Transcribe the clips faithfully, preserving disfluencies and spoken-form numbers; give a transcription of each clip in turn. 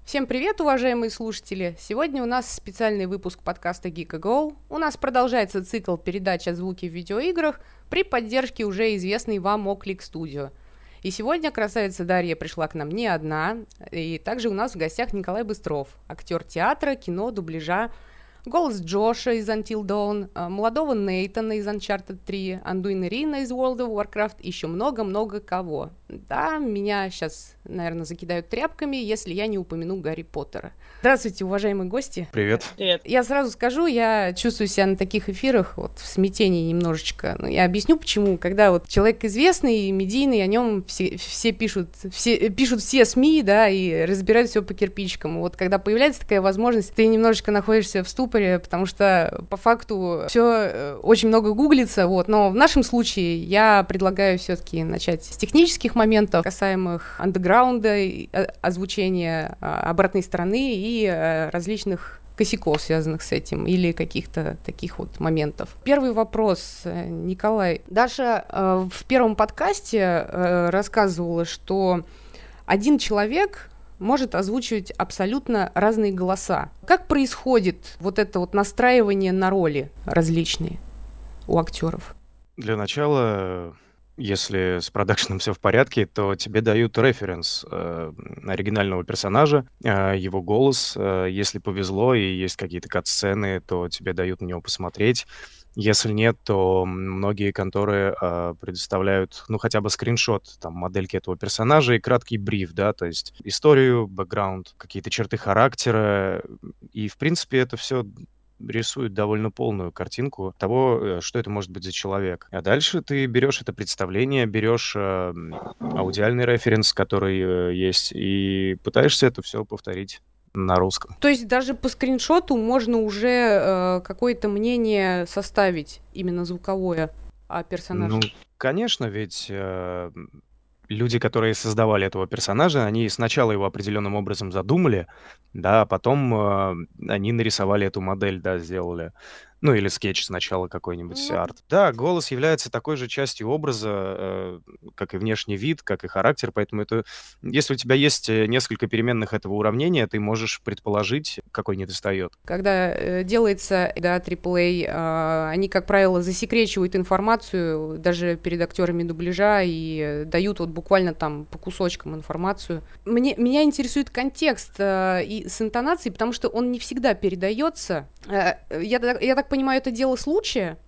Всем привет, уважаемые слушатели! Сегодня у нас специальный выпуск подкаста Geek-A-Go. У нас продолжается цикл передач о звуке в видеоиграх при поддержке уже известной вам Oclix Studio. И сегодня красавица Дарья пришла к нам не одна, и также у нас в гостях Николай Быстров, актер театра, кино, дубляжа, голос Джоша из Until Dawn, молодого Нейтана из Uncharted три, Андуина Рина из World of Warcraft, и еще много-много кого. Да, меня сейчас, наверное, закидают тряпками, если я не упомяну Гарри Поттера. Здравствуйте, уважаемые гости. Привет. Привет. Я сразу скажу, я чувствую себя на таких эфирах вот в смятении немножечко. Ну, я объясню, почему. Когда вот человек известный, медийный, о нем все, все пишут, все, пишут все СМИ, да, и разбирают все по кирпичикам. Вот когда появляется такая возможность, ты немножечко находишься в ступоре, потому что по факту все очень много гуглится, вот. Но в нашем случае я предлагаю все-таки начать с технических моментов, касаемых андеграунда, озвучения обратной стороны и различных косяков, связанных с этим, или каких-то таких вот моментов. Первый вопрос, Николай. Даша э, в первом подкасте э, рассказывала, что один человек может озвучивать абсолютно разные голоса. Как происходит вот это вот настраивание на роли различные у актеров? Для начала, если с продакшеном все в порядке, то тебе дают референс э, оригинального персонажа, э, его голос. Э, если повезло и есть какие-то кат-сцены, то тебе дают на него посмотреть. Если нет, то многие конторы э, предоставляют, ну, хотя бы скриншот, там, модельки этого персонажа и краткий бриф, да, то есть историю, бэкграунд, какие-то черты характера. И, в принципе, это все рисует довольно полную картинку того, что это может быть за человек. А дальше ты берешь это представление, берешь э, аудиальный референс, который э, есть, и пытаешься это все повторить на русском. То есть даже по скриншоту можно уже э, какое-то мнение составить, именно звуковое, о персонаже? Ну, конечно, ведь э, люди, которые создавали этого персонажа, они сначала его определенным образом задумали, да, а потом э, они нарисовали эту модель, да, сделали. Ну, или скетч сначала какой-нибудь, Ну, арт. Да, голос является такой же частью образа, э, как и внешний вид, как и характер, поэтому это... Если у тебя есть э, несколько переменных этого уравнения, ты можешь предположить, какой недостает. Когда э, делается, да, трипл эй, э, они, как правило, засекречивают информацию даже перед актерами дубляжа и э, дают вот буквально там по кусочкам информацию. Мне, меня интересует контекст э, и с интонацией, потому что он не всегда передается. Э, я, я так понимаю, это дело случая?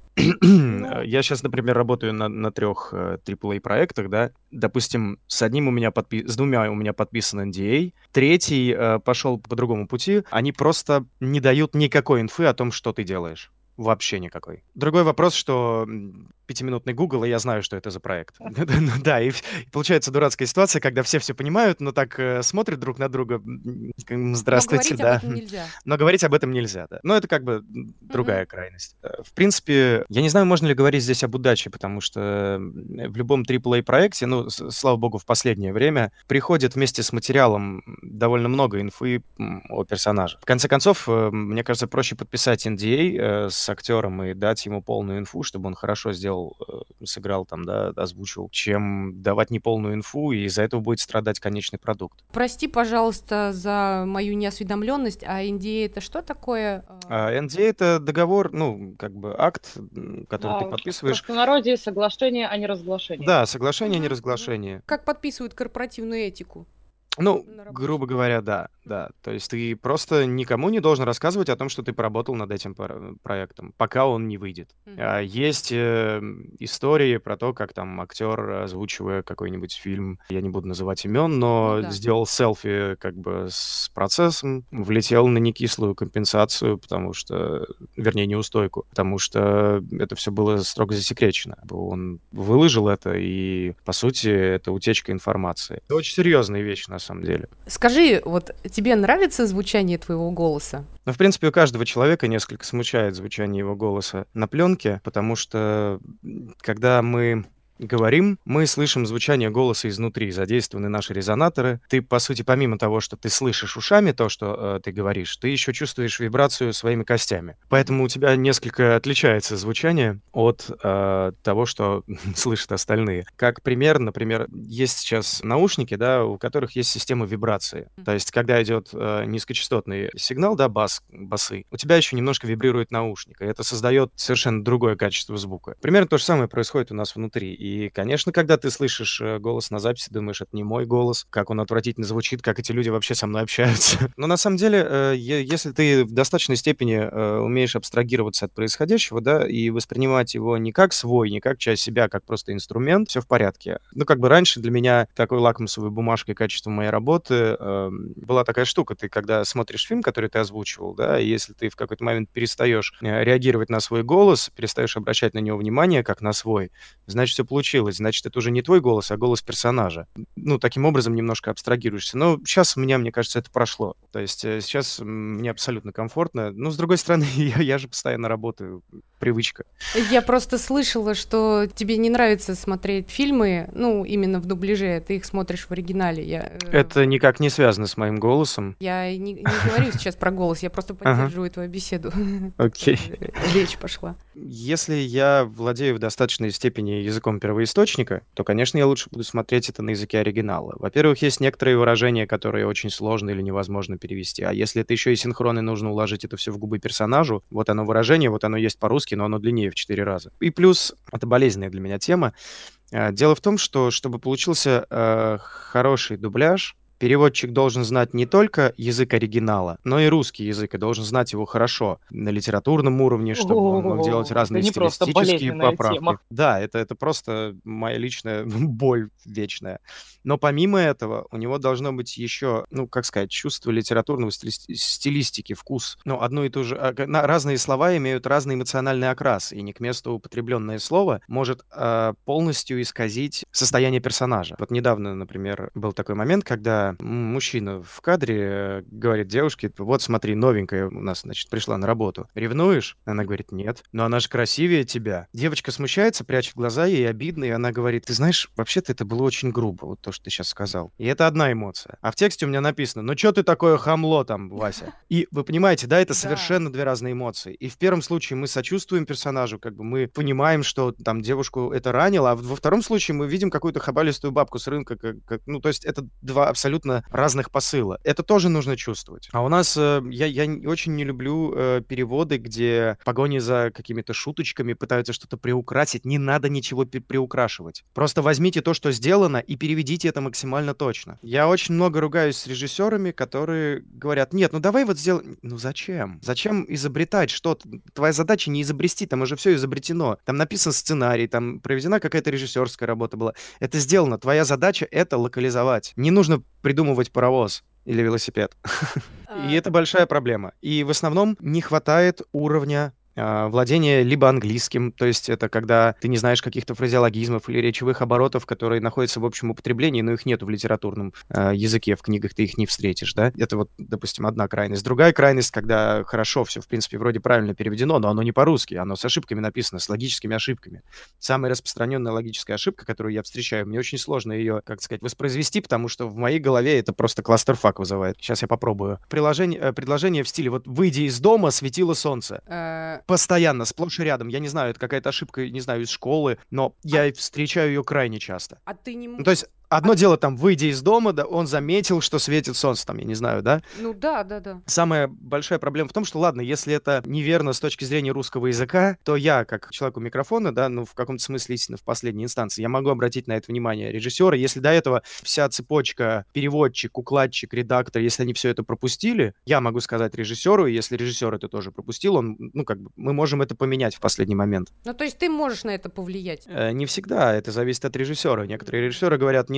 Я сейчас, например, работаю на, на трех э, трипл эй проектах, да. Допустим, с одним у меня подпи- с двумя у меня подписан эн ди эй, третий э, пошел по другому пути. Они просто не дают никакой инфы о том, что ты делаешь. Вообще никакой. Другой вопрос, что м, пятиминутный Google, и я знаю, что это за проект. Ну да, и в- и получается дурацкая ситуация, когда все все понимают, но так э, смотрят друг на друга. м, м, Но Здравствуйте, говорить об да. этом нельзя. Но говорить об этом нельзя, да. Но это как бы м, другая крайность. Э, В принципе, я не знаю, можно ли говорить здесь об удаче, потому что м, в любом трипл эй проекте, ну, с- слава богу, в последнее время приходит вместе с материалом довольно много инфы м, о персонаже. В конце концов, э, мне кажется, проще подписать эн ди эй э, с актером и дать ему полную инфу, чтобы он хорошо сделал, э, сыграл там, да, озвучил, чем давать неполную инфу, и из-за этого будет страдать конечный продукт. Прости, пожалуйста, за мою неосведомленность, а эн ди эй это что такое? А эн ди эй — это договор, ну, как бы акт, м, который ты А, в подписываешь. простонародье соглашение о неразглашении. Да, соглашение о Мгм, мгм. неразглашении. Как подписывают корпоративную этику? Ну, На рабочем. грубо говоря, да, да. То есть ты просто никому не должен рассказывать о том, что ты поработал над этим пор- проектом, пока он не выйдет. Мгм. А, Есть э, истории про то, как там актер, озвучивая какой-нибудь фильм, я не буду называть имен, но Ну да. сделал селфи как бы с процессом, влетел на некислую компенсацию, потому что, вернее, неустойку, потому что это все было строго засекречено. Он выложил это, и, по сути, это утечка информации. Это очень серьезная вещь, на самом деле. Скажи, вот тебе нравится звучание твоего голоса? Ну, в принципе, у каждого человека несколько смущает звучание его голоса на пленке, потому что м, когда мы говорим, мы слышим звучание голоса изнутри, задействованы наши резонаторы. Ты, по сути, помимо того, что ты слышишь ушами то, что э, ты говоришь, ты еще чувствуешь вибрацию своими костями. Поэтому у тебя несколько отличается звучание от э, того, что слышат остальные. Как пример, например, есть сейчас наушники, да, у которых есть система вибрации. То есть, когда идет э, низкочастотный сигнал, да, бас, басы, у тебя еще немножко вибрирует наушник, и это создает совершенно другое качество звука. Примерно то же самое происходит у нас внутри. И, конечно, когда ты слышишь э, голос на записи, думаешь, это не мой голос, как он отвратительно звучит, как эти люди вообще со мной общаются. Но на самом деле, э, е- если ты в достаточной степени э, умеешь абстрагироваться от происходящего, да, и воспринимать его не как свой, не как часть себя, а как просто инструмент, все в порядке. Ну, как бы раньше для меня такой лакмусовой бумажкой качества моей работы э, была такая штука. Ты когда смотришь фильм, который ты озвучивал, да, и если ты в какой-то момент перестаешь э, реагировать на свой голос, перестаешь обращать на него внимание, как на свой, значит, все получилось. Значит, это уже не твой голос, а голос персонажа. Ну, таким образом немножко абстрагируешься. Но сейчас у меня, мне кажется, это прошло. То есть э, сейчас м, мне абсолютно комфортно. Но, с другой стороны, я, я же постоянно работаю. Привычка. Я просто слышала, что тебе не нравится смотреть фильмы, ну, именно в дубляже, ты их смотришь в оригинале. Я, э, Это никак не связано с моим голосом. я не, не говорю сейчас про голос, я просто Ага. поддерживаю твою беседу. Окей. Речь пошла. Если я владею в достаточной степени языком первоисточника, то, конечно, я лучше буду смотреть это на языке оригинала. Во-первых, есть некоторые выражения, которые очень сложно или невозможно перевести. А если это еще и синхрон, и нужно уложить это все в губы персонажу, вот оно выражение, вот оно есть по-русски, но оно длиннее в четыре раза. И плюс, это болезненная для меня тема. Э, Дело в том, что чтобы получился э, хороший дубляж, переводчик должен знать не только язык оригинала, но и русский язык, и должен знать его хорошо на литературном уровне, чтобы он мог делать О, разные это не просто стилистические болезненная поправки. тема. Да, это, это просто моя личная боль вечная. Но помимо этого, у него должно быть еще, ну, как сказать, чувство литературного стили- стилистики, вкус. Ну, одно и то же... а, г- на- Разные слова имеют разный эмоциональный окрас, и не к месту употребленное слово может а, полностью исказить состояние персонажа. Вот недавно, например, был такой момент, когда м, мужчина в кадре э, говорит девушке: вот смотри, новенькая у нас, значит, пришла на работу. Ревнуешь? Она говорит: нет. Но она же красивее тебя. Девочка смущается, прячет глаза, ей обидно, и она говорит: ты знаешь, вообще-то это было очень грубо, вот то, что ты сейчас сказал. И это одна эмоция. А в тексте у меня написано: ну что ты такое хамло там, Вася? И вы понимаете, да, это Да. совершенно две разные эмоции. И в первом случае мы сочувствуем персонажу, как бы мы понимаем, что там девушку это ранило, а во втором случае мы видим какую-то хабалистую бабку с рынка, как, как- ну, то есть это два абсолютно разных посыла. Это тоже нужно чувствовать. А у нас, э, я, я не- очень не люблю э, переводы, где в погоне за какими-то шуточками пытаются что-то приукрасить. Не надо ничего пи- приукрашивать. Просто возьмите то, что сделано, и переведите это максимально точно. Я очень много ругаюсь с режиссерами, которые говорят: нет, ну давай вот сделаем... Ну зачем? Зачем изобретать что-то? Твоя задача не изобрести, там уже все изобретено. Там написан сценарий, там проведена какая-то режиссерская работа была. Это сделано. Твоя задача — это локализовать. Не нужно придумывать паровоз или велосипед. И А, это большая проблема. И в основном не хватает уровня а, владения либо английским, то есть это когда ты не знаешь каких-то фразеологизмов или речевых оборотов, которые находятся в общем употреблении, но их нету в литературном а, языке, в книгах ты их не встретишь, да? Это вот, допустим, одна крайность. Другая крайность, когда хорошо все, в принципе, вроде правильно переведено, но оно не по-русски, оно с ошибками написано, с логическими ошибками. Самая распространенная логическая ошибка, которую я встречаю, мне очень сложно ее, как сказать, воспроизвести, потому что в моей голове это просто кластерфак вызывает. Сейчас я попробую. Приложение, э, предложение в стиле вот «выйди из дома, светило солнце». а, Постоянно, сплошь и рядом. Я не знаю, это какая-то ошибка, не знаю, из школы, но я встречаю ее крайне часто. а ты не... Ну, м- то есть одно а- дело там «выйди из дома», да, он заметил, что светит солнце, там, я не знаю, да? Ну да, да, да. Самая большая проблема в том, что, ладно, если это неверно с точки зрения русского языка, то я, как человек у микрофона, да, ну, в каком-то смысле, истинно, в последней инстанции, я могу обратить на это внимание режиссера. Если до этого вся цепочка, переводчик, укладчик, редактор, если они все это пропустили, я могу сказать режиссеру, и если режиссер это тоже пропустил, он, ну, как бы, мы можем это поменять в последний момент. Ну то есть ты можешь на это повлиять. Э, Не всегда, это зависит от режиссера. Некоторые режиссеры говорят: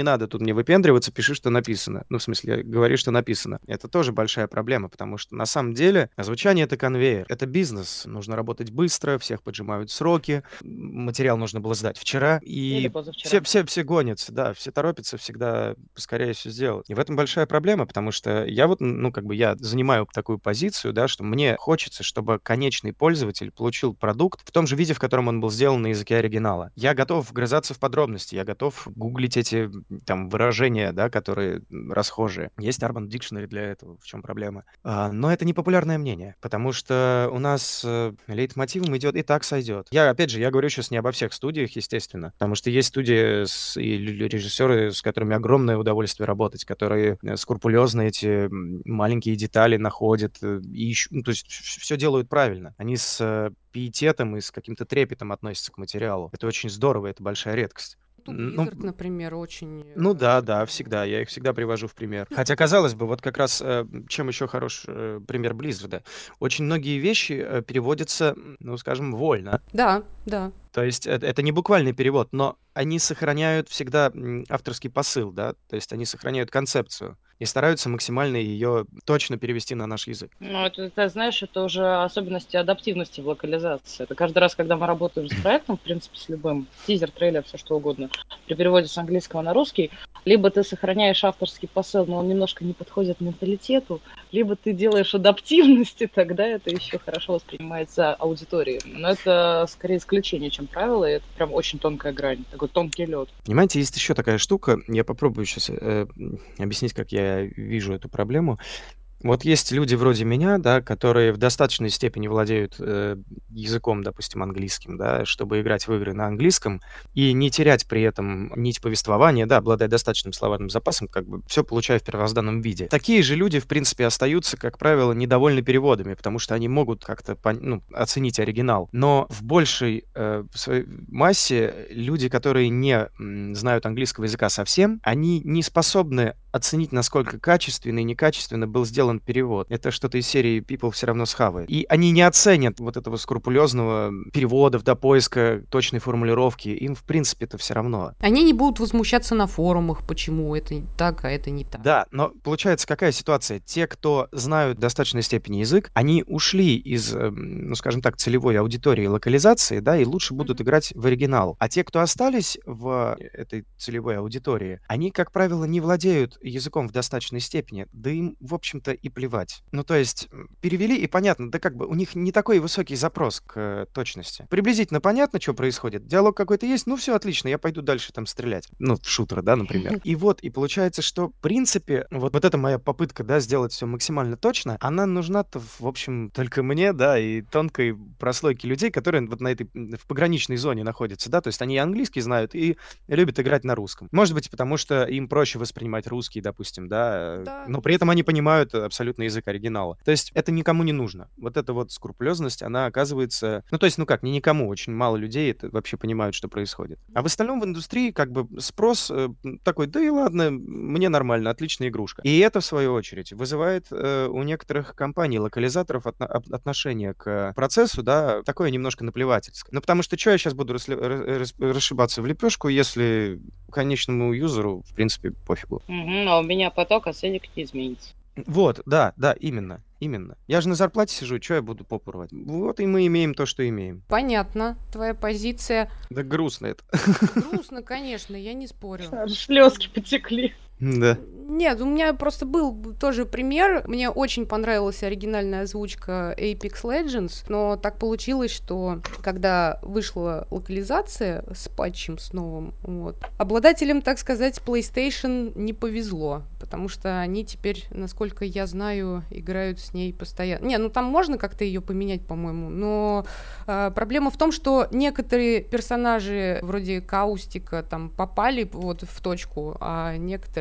не надо тут мне выпендриваться, пиши, что написано. Ну, в смысле, говори, что написано. Это тоже большая проблема, потому что на самом деле звучание — это конвейер, это бизнес. Нужно работать быстро, всех поджимают сроки, материал нужно было сдать вчера, Или и все, позавчера. все, все гонятся, да, все торопятся всегда поскорее все сделать. И в этом большая проблема, потому что я вот, ну, как бы я занимаю такую позицию, да, что мне хочется, чтобы конечный пользователь получил продукт в том же виде, в котором он был сделан на языке оригинала. Я готов вгрызаться в подробности, я готов гуглить эти там выражения, да, которые м, расхожие. Есть Urban Dictionary для этого, в чем проблема. А, но это не популярное мнение, потому что у нас э, лейтмотивом идет «и так сойдет». Я, опять же, я говорю сейчас не обо всех студиях, естественно, потому что есть студии с, и лю- режиссеры, с которыми огромное удовольствие работать, которые э, скрупулезно эти м, маленькие детали находят э, и ищут, ну, то есть все делают правильно. Они с э, пиететом и с каким-то трепетом относятся к материалу. Это очень здорово, это большая редкость. Ну, Ну, Blizzard, например, очень... ну э, да, да, всегда. Я их всегда привожу в пример. Хотя, казалось бы, вот как раз э, чем еще хорош э, пример Blizzard. Очень многие вещи э, переводятся, м, ну, скажем, вольно. Да, да. То есть это, это не буквальный перевод, но они сохраняют всегда м, авторский посыл, да, то есть они сохраняют концепцию и стараются максимально ее точно перевести на наш язык. Ну, это, ты знаешь, это уже особенности адаптивности в локализации. Это каждый раз, когда мы работаем с проектом, в принципе, с любым, тизер, трейлер, все что угодно, при переводе с английского на русский, либо ты сохраняешь авторский посыл, но он немножко не подходит менталитету, либо ты делаешь адаптивности, тогда это еще хорошо воспринимается аудиторией. Но это скорее исключение, чем правило, и это прям очень тонкая грань, такой тонкий лед. Понимаете, есть еще такая штука, я попробую сейчас э, м, объяснить, как я вижу эту проблему. Вот есть люди вроде меня, да, которые в достаточной степени владеют э, языком, допустим, английским, да, чтобы играть в игры на английском и не терять при этом нить повествования, да, обладая достаточным словарным запасом, как бы все получая в первозданном виде. Такие же люди, в принципе, остаются, как правило, недовольны переводами, потому что они могут как-то пон- ну, оценить оригинал. Но в большей э, в своей массе люди, которые не м, знают английского языка совсем, они не способны оценить, насколько качественно и некачественно был сделан перевод. Это что-то из серии People все равно схавает. И они не оценят вот этого скрупулезного перевода, до поиска точной формулировки. Им, в принципе, это все равно. Они не будут возмущаться на форумах, почему это так, а это не так. Да, но получается какая ситуация? Те, кто знают в достаточной степени язык, они ушли из, эм, ну, скажем так, целевой аудитории локализации, да, и лучше будут Мгм. играть в оригинал. А те, кто остались в этой целевой аудитории, они, как правило, не владеют языком в достаточной степени, да им, в общем-то, и плевать. Ну, то есть, м, перевели, и понятно, да как бы у них не такой высокий запрос к э, точности. Приблизительно понятно, что происходит, диалог какой-то есть, ну, все отлично, я пойду дальше там стрелять. Ну, в шутера, да, например. И вот, и получается, что, в принципе, вот, вот эта моя попытка, да, сделать все максимально точно, она нужна-то, в общем, только мне, да, и тонкой прослойке людей, которые вот на этой, м, в пограничной зоне находятся, да, то есть они и английский знают, и любят играть на русском. Может быть, потому что им проще воспринимать русский, допустим, да, э, Да, но при этом они понимают абсолютно язык оригинала. То есть это никому не нужно. Вот эта вот скрупулезность, она оказывается... Ну, то есть, ну как, не никому, очень мало людей это вообще понимают, что происходит. А в остальном в индустрии как бы спрос э, м, такой, да и ладно, мне нормально, отличная игрушка. И это, в свою очередь, вызывает э, у некоторых компаний, локализаторов отно- от- отношение к процессу, да, такое немножко наплевательское. Ну, потому что что я сейчас буду расле- ра- рас- расшибаться в лепешку, если конечному юзеру, в принципе, пофигу. Мгм, а у меня поток оценок не изменится. Вот, да, да, именно, именно. Я же на зарплате сижу, что я буду попу рвать? Вот и мы имеем то, что имеем. понятно, твоя позиция. Да грустно это. Грустно, конечно, я не спорю. Слезки потекли. Да. Нет, у меня просто был тоже пример. Мне очень понравилась оригинальная озвучка Apex Legends, но так получилось, что когда вышла локализация с патчем, с новым, вот, обладателям, так сказать, PlayStation не повезло, потому что они теперь, насколько я знаю, играют с ней постоянно. Не, ну там можно как-то ее поменять, по-моему, но э, проблема в том, что некоторые персонажи вроде Каустика там попали вот в точку, а некоторые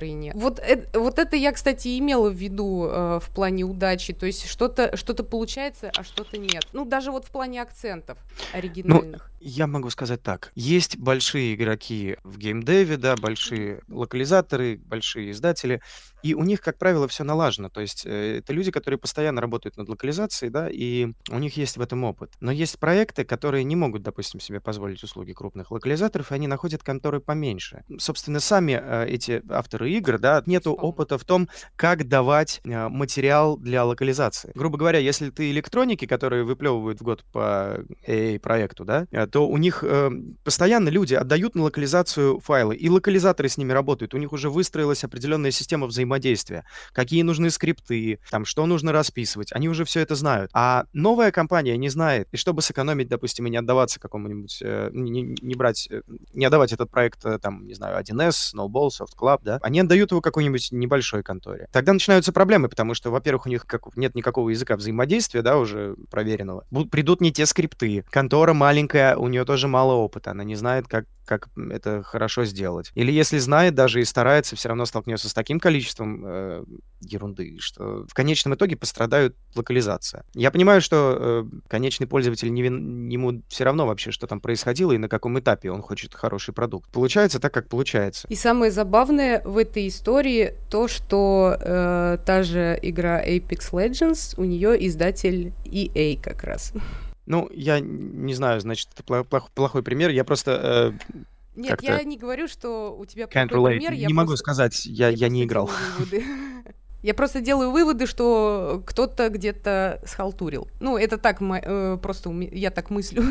которые нет. Вот, э- вот это я, кстати, имела в виду э, в плане удачи. То есть что-то, что-то получается, а что-то нет. Ну, даже вот в плане акцентов Ну, оригинальных. я могу сказать так. Есть большие игроки в геймдеве, да, большие локализаторы, большие издатели, и у них, как правило, все налажено. То есть э, это люди, которые постоянно работают над локализацией, да, и у них есть в этом опыт. Но есть проекты, которые не могут, допустим, себе позволить услуги крупных локализаторов, и они находят конторы поменьше. Собственно, сами э, эти авторы игр, да, нету Безусловно. опыта в том, как давать э, материал для локализации. Грубо говоря, если ты электроники, которые выплевывают в год по эй эй-проекту, да, э, то у них э, постоянно люди отдают на локализацию файлы, и локализаторы с ними работают. У них уже выстроилась определенная система взаимодействия. Какие нужны скрипты, там, что нужно расписывать. Они уже все это знают. А новая компания не знает. И чтобы сэкономить, допустим, и не отдаваться какому-нибудь, э, не, не- не брать, э, не отдавать этот проект, э, там, не знаю, один эс, Snowball, Soft Club, да, они отдают его какой-нибудь небольшой конторе. Тогда начинаются проблемы, потому что, во-первых, у них как, нет никакого языка взаимодействия, да, уже проверенного. Будут, придут не те скрипты. Контора маленькая, у нее тоже мало опыта, она не знает, как, как это хорошо сделать. Или если знает даже и старается, все равно столкнется с таким количеством э, ерунды, что в конечном итоге пострадают локализация. Я понимаю, что э, конечный пользователь, не вин- ему все равно вообще, что там происходило и на каком этапе он хочет хороший продукт. Получается так, как получается. И самое забавное в этой истории то, что э, та же игра Apex Legends, у нее издатель и эй как раз. Ну, я не знаю, значит, это пло- плох- плохой пример. Я просто э, Нет, как-то я не говорю, что у тебя can't плохой relate. пример, я Не могу просто, сказать, я, я я не просто играл. делаю выводы. Я просто делаю выводы, что кто-то где-то схалтурил. Ну, это так, мо- э, просто у ме- я так мыслю.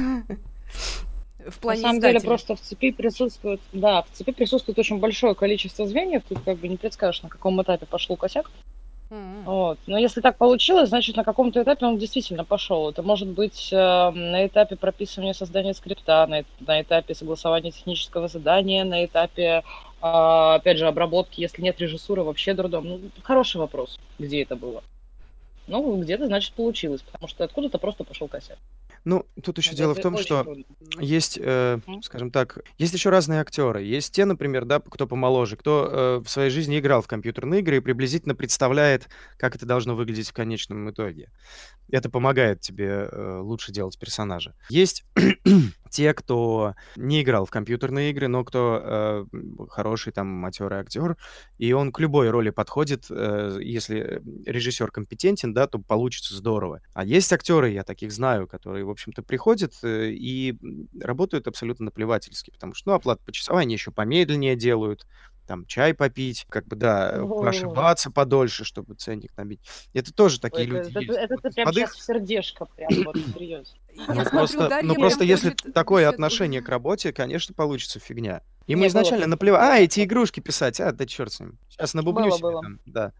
В На плане самом деле издателя. просто в цепи присутствует, да, в цепи присутствует очень большое количество звеньев, тут как бы не предскажешь, на каком этапе пошел косяк. М. Вот. Но если так получилось, значит, на каком-то этапе он действительно пошел. Это может быть э, на этапе прописывания создания скрипта, на, эт- на этапе согласования технического задания, на этапе, а, опять же, обработки, если нет режиссуры, вообще дурдом. Ну, хороший вопрос, где это было. Ну, где-то, значит, получилось, потому что откуда-то просто пошел косяк. Ну, тут еще Это, дело в это том, очень что трудно. есть, э, Мгм. скажем так, есть еще разные актеры. Есть те, например, да, кто помоложе, кто э, в своей жизни играл в компьютерные игры и приблизительно представляет, как это должно выглядеть в конечном итоге. Это помогает тебе э, лучше делать персонажа. Есть те, кто не играл в компьютерные игры, но кто э, м, хороший там матерый актер, и он к любой роли подходит. э, Если режиссер компетентен, да, то получится здорово. А есть актеры, я таких знаю, которые, в общем-то, приходят э, и м, работают абсолютно наплевательски, потому что, ну, оплата почасовая, они еще помедленнее делают, там, чай попить, как бы, да, э, Ой, прошибаться подольше, чтобы ценник набить. Это тоже такие это, люди это, есть. это Вот ты из прям сейчас молодых, в сердечко, прям вот серьезно. Я ну смотрю, просто, ну Дарья просто прям если хочет такое насчет... отношение к работе, конечно, получится фигня. Ему Не, было изначально просто, наплевать, было а, эти просто. игрушки писать, а, да черт с ним. Сейчас набубню Было, себе было. там, да.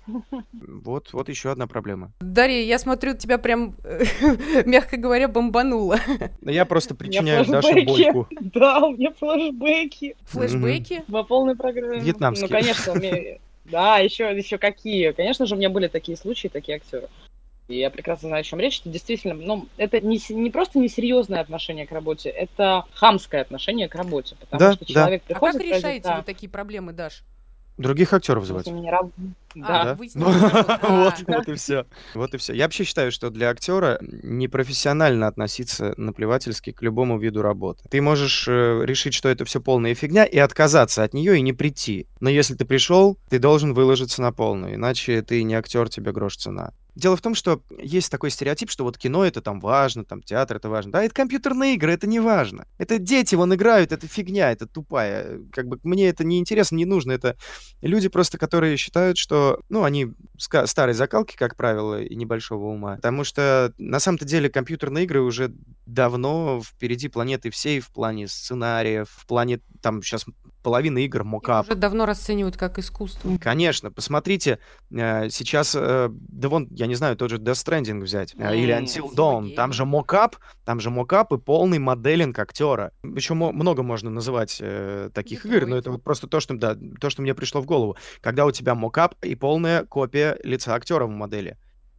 Вот, вот еще одна проблема. Дарья, я смотрю, тебя прям, мягко говоря, бомбануло. Но я просто У меня причиняю Даше флешбеки. больку. Да, у меня флешбеки. Мгм. Флэшбэки? По полной программе. Ну, Вьетнамские. конечно, у меня... Да, еще, еще какие. Конечно же, у меня были такие случаи, такие актеры. И я прекрасно знаю, о чем речь. Это действительно, ну, это не, с- не просто несерьезное отношение к работе, это хамское отношение к работе. Потому Да, что да. человек А как приходит ради... решаете Да, вы такие проблемы, Даш? Других актеров мы с звать. ними не раб- А, Да. вы с Ну, ними работаете. вот, А, вот и все. Вот и все. Я вообще считаю, что для актера непрофессионально относиться наплевательски к любому виду работы. Ты можешь э, решить, что это все полная фигня, и отказаться от нее и не прийти. Но если ты пришел, ты должен выложиться на полную, иначе ты не актер, тебе грош цена. Дело в том, что есть такой стереотип, что вот кино это там важно, там театр это важно. Да, это компьютерные игры, это не важно. Это дети вон играют, это фигня, это тупая. Как бы мне это не интересно, не нужно. Это люди просто, которые считают, что, ну, они ска- старой закалки, как правило, и небольшого ума. Потому что на самом-то деле компьютерные игры уже давно впереди планеты всей в плане сценариев, в плане, там сейчас половина игр их мокап. уже давно расценивают как искусство. Конечно, посмотрите, э, сейчас, э, да вон, я не знаю, тот же Death Stranding взять, э, или М. Until Спасибо, Dawn, там гейм. же мокап, там же мокап и полный моделинг актера. Еще мо- много можно называть э, таких игр, но Детройт. это вот просто то, что, да, то, что мне пришло в голову. Когда у тебя мокап и полная копия лица актера в модели.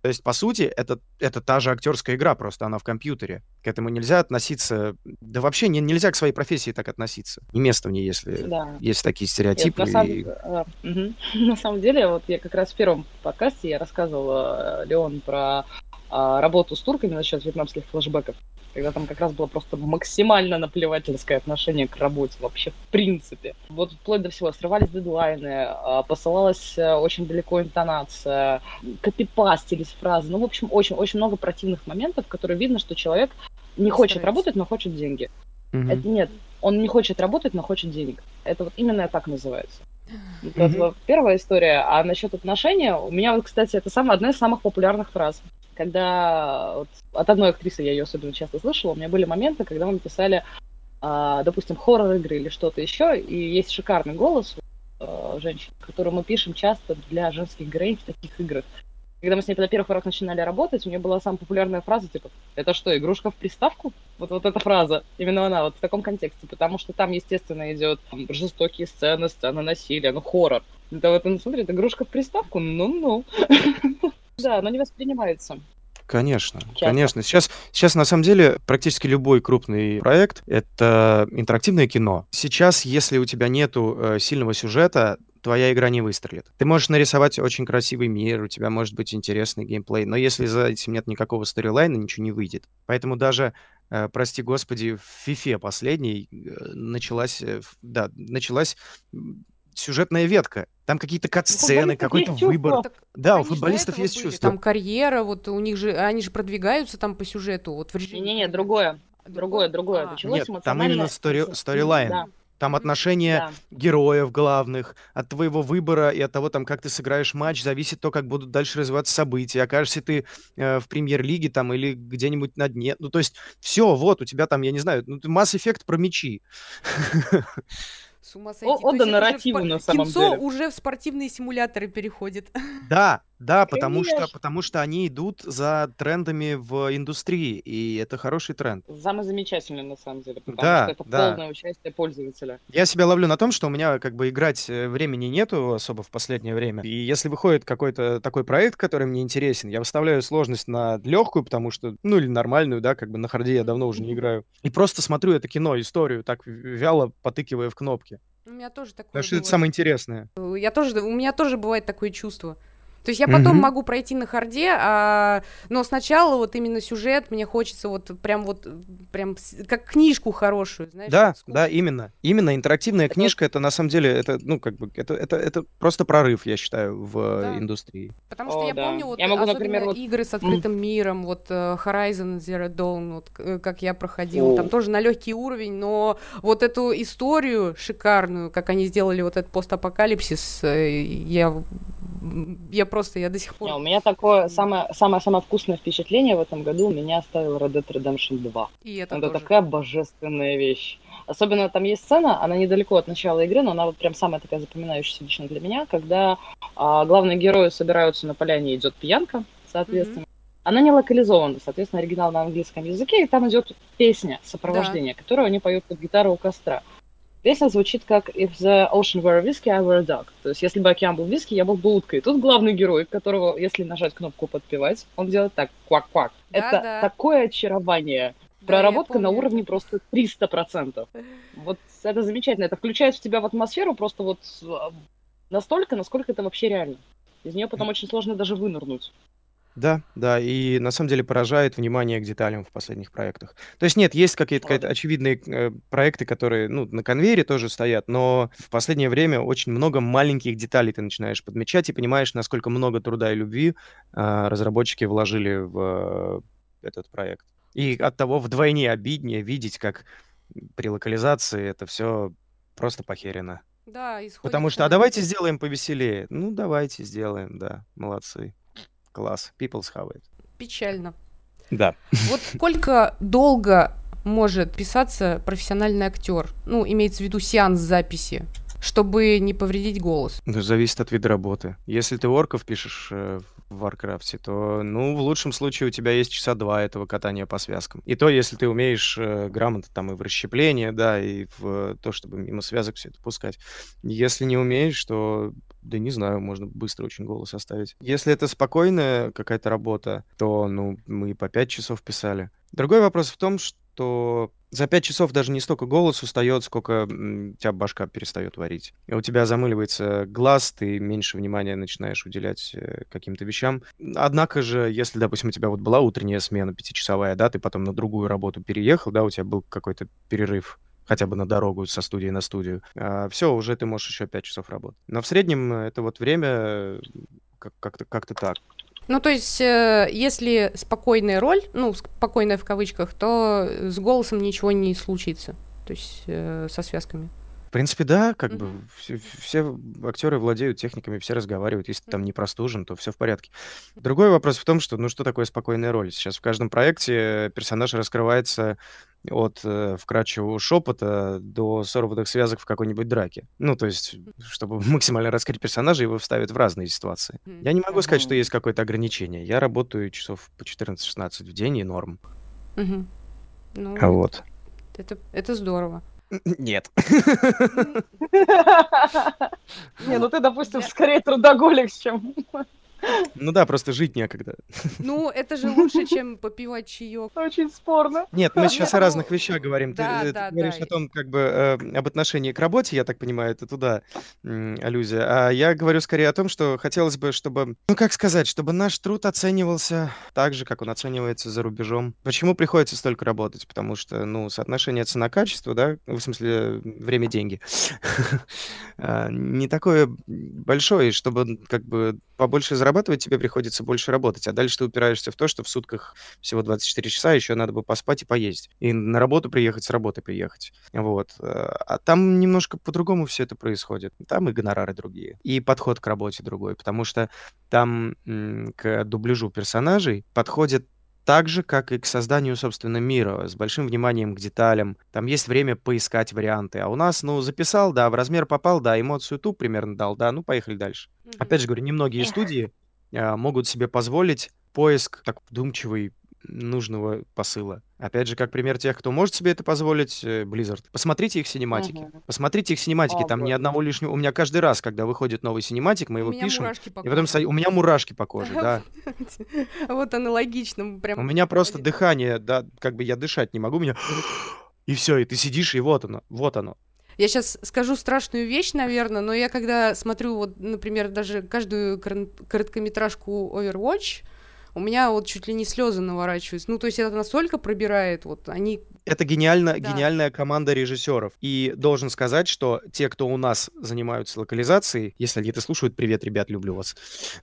То есть, по сути, это, это та же актерская игра, просто она в компьютере. К этому нельзя относиться... Да вообще не, нельзя к своей профессии так относиться. Не место в ней, если Да. есть такие Нет, стереотипы. на самом, И... э, мгм. На самом деле, вот я как раз в первом подкасте я рассказывала, э, Леон, про а, работу с турками насчет вьетнамских флешбеков, когда там как раз было просто максимально наплевательское отношение к работе вообще в принципе. Вот вплоть до всего срывались дедлайны, а, посылалась э, очень далеко интонация, копипастились фразы. Ну, в общем, очень-очень много противных моментов, которые видно, что человек не Не хочет старается. работать, но хочет деньги. Мгм. Это нет, он не хочет работать, но хочет денег. Это вот именно так называется. Это Мгм. была первая история. А насчет отношения, у меня вот, кстати, это самая, одна из самых популярных фраз. Когда вот от одной актрисы, я ее особенно часто слышала, у меня были моменты, когда мы писали, а, допустим, хоррор-игры или что-то еще, и есть шикарный голос у э, женщин, который мы пишем часто для женских героинь в таких играх. Когда мы с ней на первых порах начинали работать, у нее была самая популярная фраза, типа, это что, игрушка в приставку? Вот, вот эта фраза, именно она, вот в таком контексте, потому что там, естественно, идет там, жестокие сцены, сцены насилия, ну, хоррор. Это вот он смотрит, игрушка в приставку? Ну-ну. Да, но не воспринимается Конечно, часто. конечно. Сейчас, сейчас на самом деле практически любой крупный проект — это интерактивное кино. Сейчас, если у тебя нету э, сильного сюжета, твоя игра не выстрелит. Ты можешь нарисовать очень красивый мир, у тебя может быть интересный геймплей, но если за этим нет никакого сторилайна, ничего не выйдет. Поэтому даже, э, прости господи, в фифе последней э, началась, э, ф- да, началась м, сюжетная ветка. Там какие-то У катсцены, футболистов какой-то есть выбор. чувства. Так, Да, у они же до футболистов этого есть были. чувства. Там карьера, вот у них же, они же продвигаются там по сюжету, вот в режиме Не-не-не, карьеры. другое. Другое, Другое? другое. А, Началось Нет, там именно эмоциональное... стори- эмоци- М, сторилайн. Да, Там мгм. отношения да. героев главных, от твоего выбора и от того, там, как ты сыграешь матч, зависит то, как будут дальше развиваться события. Окажешься ты э, в премьер-лиге там или где-нибудь на дне. Ну, то есть, все, вот, у тебя там, я не знаю, ну, ты- Mass Effect про мечи. С ума О- сойти. То Ода есть это уже в нарративу спор... на самом кинцо деле. уже в спортивные симуляторы переходит. Да, да, потому что, Конечно. потому что они идут за трендами в индустрии, и это хороший тренд. Самый замечательный на самом деле, потому что Да, это да. полное участие пользователя. Я себя ловлю на том, что у меня как бы играть э, времени нету особо в последнее время. И если выходит какой-то такой проект, который мне интересен, я выставляю сложность на легкую, потому что, ну или нормальную, да, как бы на харде я давно уже не играю. И просто смотрю это кино, историю, так в- вяло потыкивая в кнопки. У меня тоже Потому такое что это бывает. самое интересное. Я тоже, у меня тоже бывает такое чувство. То есть я потом Мгм. могу пройти на харде, а... но сначала вот именно сюжет, мне хочется вот прям вот, прям с- как книжку хорошую, знаешь, Да, вот да, скушать. именно. Именно интерактивная Это вот книжка, это на самом деле, это, ну, как бы, это, это, это просто прорыв, я считаю, в э, Да. индустрии. Потому что О, я да. помню вот Я могу, особенно например, вот... игры с м, открытым миром, вот э, Horizon Zero Dawn, вот, к- э, как я проходила, там о, тоже на легкий уровень, но вот эту историю шикарную, как они сделали вот этот постапокалипсис, э, я, м, я просто, я до сих Не, пор у меня такое помню. самое, самое, самое вкусное впечатление в этом году у меня оставил Red Dead Redemption два. И это Это тоже. такая божественная вещь. Особенно там есть сцена, она недалеко от начала игры, но она вот прям самая такая запоминающаяся лично для меня, когда а, главные герои собираются на поляне, идет пьянка, Мгм. соответственно. Она не локализована, соответственно, оригинал на английском языке, и там идет песня, Да. сопровождение, которую они поют под гитару у костра. Песня звучит как «If the ocean were a whiskey, I were a duck». То есть, если бы океан был виски, я был бы уткой. Тут главный герой, которого, если нажать кнопку «Подпевать», он делает так «квак-квак». Да, Это да, такое очарование. да, я Проработка на помню уровне это. просто триста процентов. Вот это замечательно. Это включает в тебя в атмосферу просто вот а, настолько, насколько это вообще реально. Из нее потом очень сложно даже вынырнуть. Да, да, и на самом деле поражает внимание к деталям в последних проектах. То есть нет, есть какие-то О, какие-то да. очевидные э, проекты, которые, ну, на конвейере тоже стоят, но в последнее время очень много маленьких деталей ты начинаешь подмечать и понимаешь, насколько много труда и любви а, разработчики вложили в э, этот проект. И от того вдвойне обиднее видеть, как при локализации это все просто похерено. Да, Потому исходит что, а на... давайте сделаем повеселее. Ну, давайте сделаем, да, молодцы. Класс. People's have it. Печально. Да. Вот сколько долго может писаться профессиональный актер? Ну, имеется в виду сеанс записи, чтобы не повредить голос. Ну, зависит от вида работы. Если ты орков пишешь э, в Варкрафте, то, ну, в лучшем случае у тебя есть часа два этого катания по связкам. И то, если ты умеешь э, грамотно там и в расщепление, да, и в э, то, чтобы мимо связок все это пускать. Если не умеешь, то Да не знаю, можно быстро очень голос оставить. Если это спокойная какая-то работа, то, ну, мы и по пять часов писали. Другой вопрос в том, что за пять часов даже не столько голос устает, сколько м, у тебя башка перестает варить. И у тебя замыливается глаз, ты меньше внимания начинаешь уделять э, каким-то вещам. Однако же, если, допустим, у тебя вот была утренняя смена пятичасовая, да, ты потом на другую работу переехал, да, у тебя был какой-то перерыв хотя бы на дорогу со студии на студию, все, уже ты можешь еще пять часов работать. Но в среднем э, это вот время э, как- как-то как-то так. Ну, то есть, э, если спокойная роль, ну, спокойная в кавычках, то с голосом ничего не случится, то есть э, со связками. В принципе, да, как бы Мгм. все, все актеры владеют техниками, все разговаривают. Если ты там не простужен, то все в порядке. Другой вопрос в том, что, ну, что такое спокойная роль? Сейчас в каждом проекте персонаж раскрывается от э, вкрадчивого шепота до сорванных связок в какой-нибудь драке. Ну, то есть, чтобы максимально раскрыть персонажа, его вставят в разные ситуации. Мгм. Я не могу сказать, что Мгм. есть какое-то ограничение. Я работаю часов по четырнадцать-шестнадцать в день и норм. Мгм. Ну, А вот. это, это здорово. Нет. Ну, Не, ну ты, допустим, для- скорее трудоголик, чем... Ну да, просто жить некогда. ну, это же лучше, чем попивать чаек. Очень спорно. Нет, мы сейчас Нет, о разных ну, вещах говорим. Ты, да, э, ты да, говоришь да. о том, как бы э, об отношении к работе, я так понимаю, это туда м, аллюзия. А я говорю скорее о том, что хотелось бы, чтобы, ну как сказать, чтобы наш труд оценивался так же, как он оценивается за рубежом. Почему приходится столько работать? Потому что, ну, соотношение цена-качество, да, в смысле время-деньги, а, не такое большое, и чтобы как бы побольше зарабатывать, тебе приходится больше работать. А дальше ты упираешься в то, что в сутках всего двадцать четыре часа, еще надо бы поспать и поесть. И на работу приехать, с работы приехать. Вот. э, А там немножко по-другому все это происходит. Там и гонорары другие, и подход к работе другой, потому что там м, к дубляжу персонажей подходит так же, как и к созданию, собственно, мира, с большим вниманием к деталям. Там есть время поискать варианты. А у нас, ну, записал, да, в размер попал, да, эмоцию ту примерно дал, да, ну, поехали дальше. Мгм. Опять же говорю, немногие Эх. студии а, могут себе позволить поиск так вдумчивый нужного посыла. Опять же, как пример тех, кто может себе это позволить, э, Blizzard. Посмотрите их синематики. Мгм. Посмотрите их синематики, О, там ни боже. одного лишнего. У меня каждый раз, когда выходит новый синематик, мы У его меня пишем, мурашки по и потом коже. со- у меня мурашки по коже, да. Вот аналогично, У прям меня просто один. дыхание, да, как бы я дышать не могу, меня и все, и ты сидишь, и вот оно, вот оно. Я сейчас скажу страшную вещь, наверное, но я когда смотрю, вот, например, даже каждую корон- короткометражку Overwatch, у меня вот чуть ли не слезы наворачиваются. Ну, то есть это настолько пробирает, вот они... Это гениально, Да. гениальная команда режиссеров. И должен сказать, что те, кто у нас занимаются локализацией, если они это слушают, привет, ребят, люблю вас,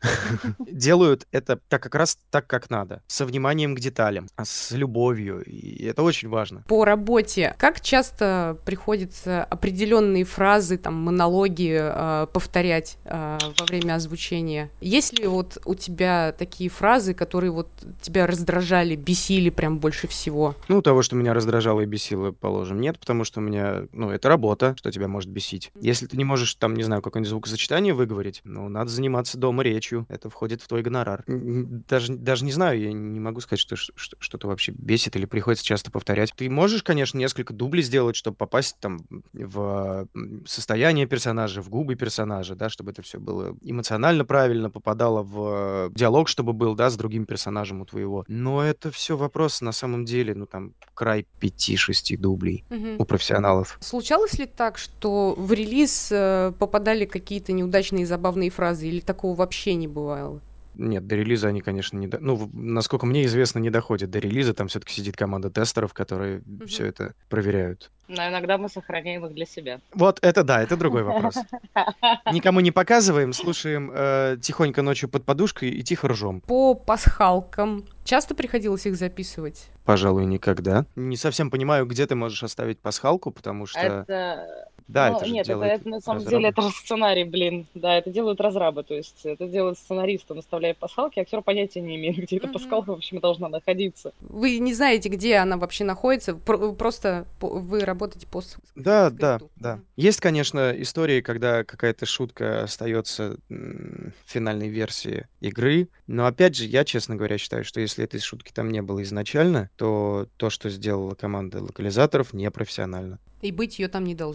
делают это так как раз так, как надо, со вниманием к деталям, а с любовью, и это очень важно. По работе, как часто приходится определенные фразы, там, монологи э, повторять э, во время озвучения? Есть ли вот у тебя такие фразы, которые вот тебя раздражали, бесили прям больше всего? Ну, того, что меня раздражало и бесило, положим, нет, потому что у меня, ну, это работа, что тебя может бесить. Если ты не можешь, там, не знаю, какое-нибудь звукосочетание выговорить, ну, надо заниматься дома речью, это входит в твой гонорар. М, Даже, даже не знаю, я не могу сказать, что, ш- что что-то вообще бесит или приходится часто повторять. Ты можешь, конечно, несколько дублей сделать, чтобы попасть там в м, состояние персонажа, в губы персонажа, да, чтобы это все было эмоционально правильно, попадало в э, диалог, чтобы был, да, с другим персонажем у твоего. Но это все вопрос, на самом деле, ну, там, край пяти-шести дублей Мгм. у профессионалов. Случалось ли так, что в релиз э, попадали какие-то неудачные забавные фразы, или такого вообще не бывало? Нет, до релиза они, конечно, не... до- Ну, в- насколько мне известно, не доходят до релиза. Там все-таки сидит команда тестеров, которые все это проверяют. Но иногда мы сохраняем их для себя. Вот это да, это другой вопрос. Никому не показываем, слушаем э, тихонько ночью под подушкой и тихо ржем. По пасхалкам часто приходилось их записывать? Пожалуй, никогда. Не совсем понимаю, где ты можешь оставить пасхалку, потому что... Это... Да, Ну, это же нет, это, делает это на самом разрабы. деле это же сценарий, блин. Да, это делают разрабы, то есть это делают сценаристы, наставляя пасхалки, актер понятия не имеет, где эта Мгм. пасхалка, в общем, должна находиться. Вы не знаете, где она вообще находится, про- просто по- вы работаете по с- Да, скрипту. да, да. Мгм. Есть, конечно, истории, когда какая-то шутка остается м, в финальной версии игры, но опять же, я, честно говоря, считаю, что если этой шутки там не было изначально, то то, что сделала команда локализаторов, непрофессионально. И быть ее там не должно.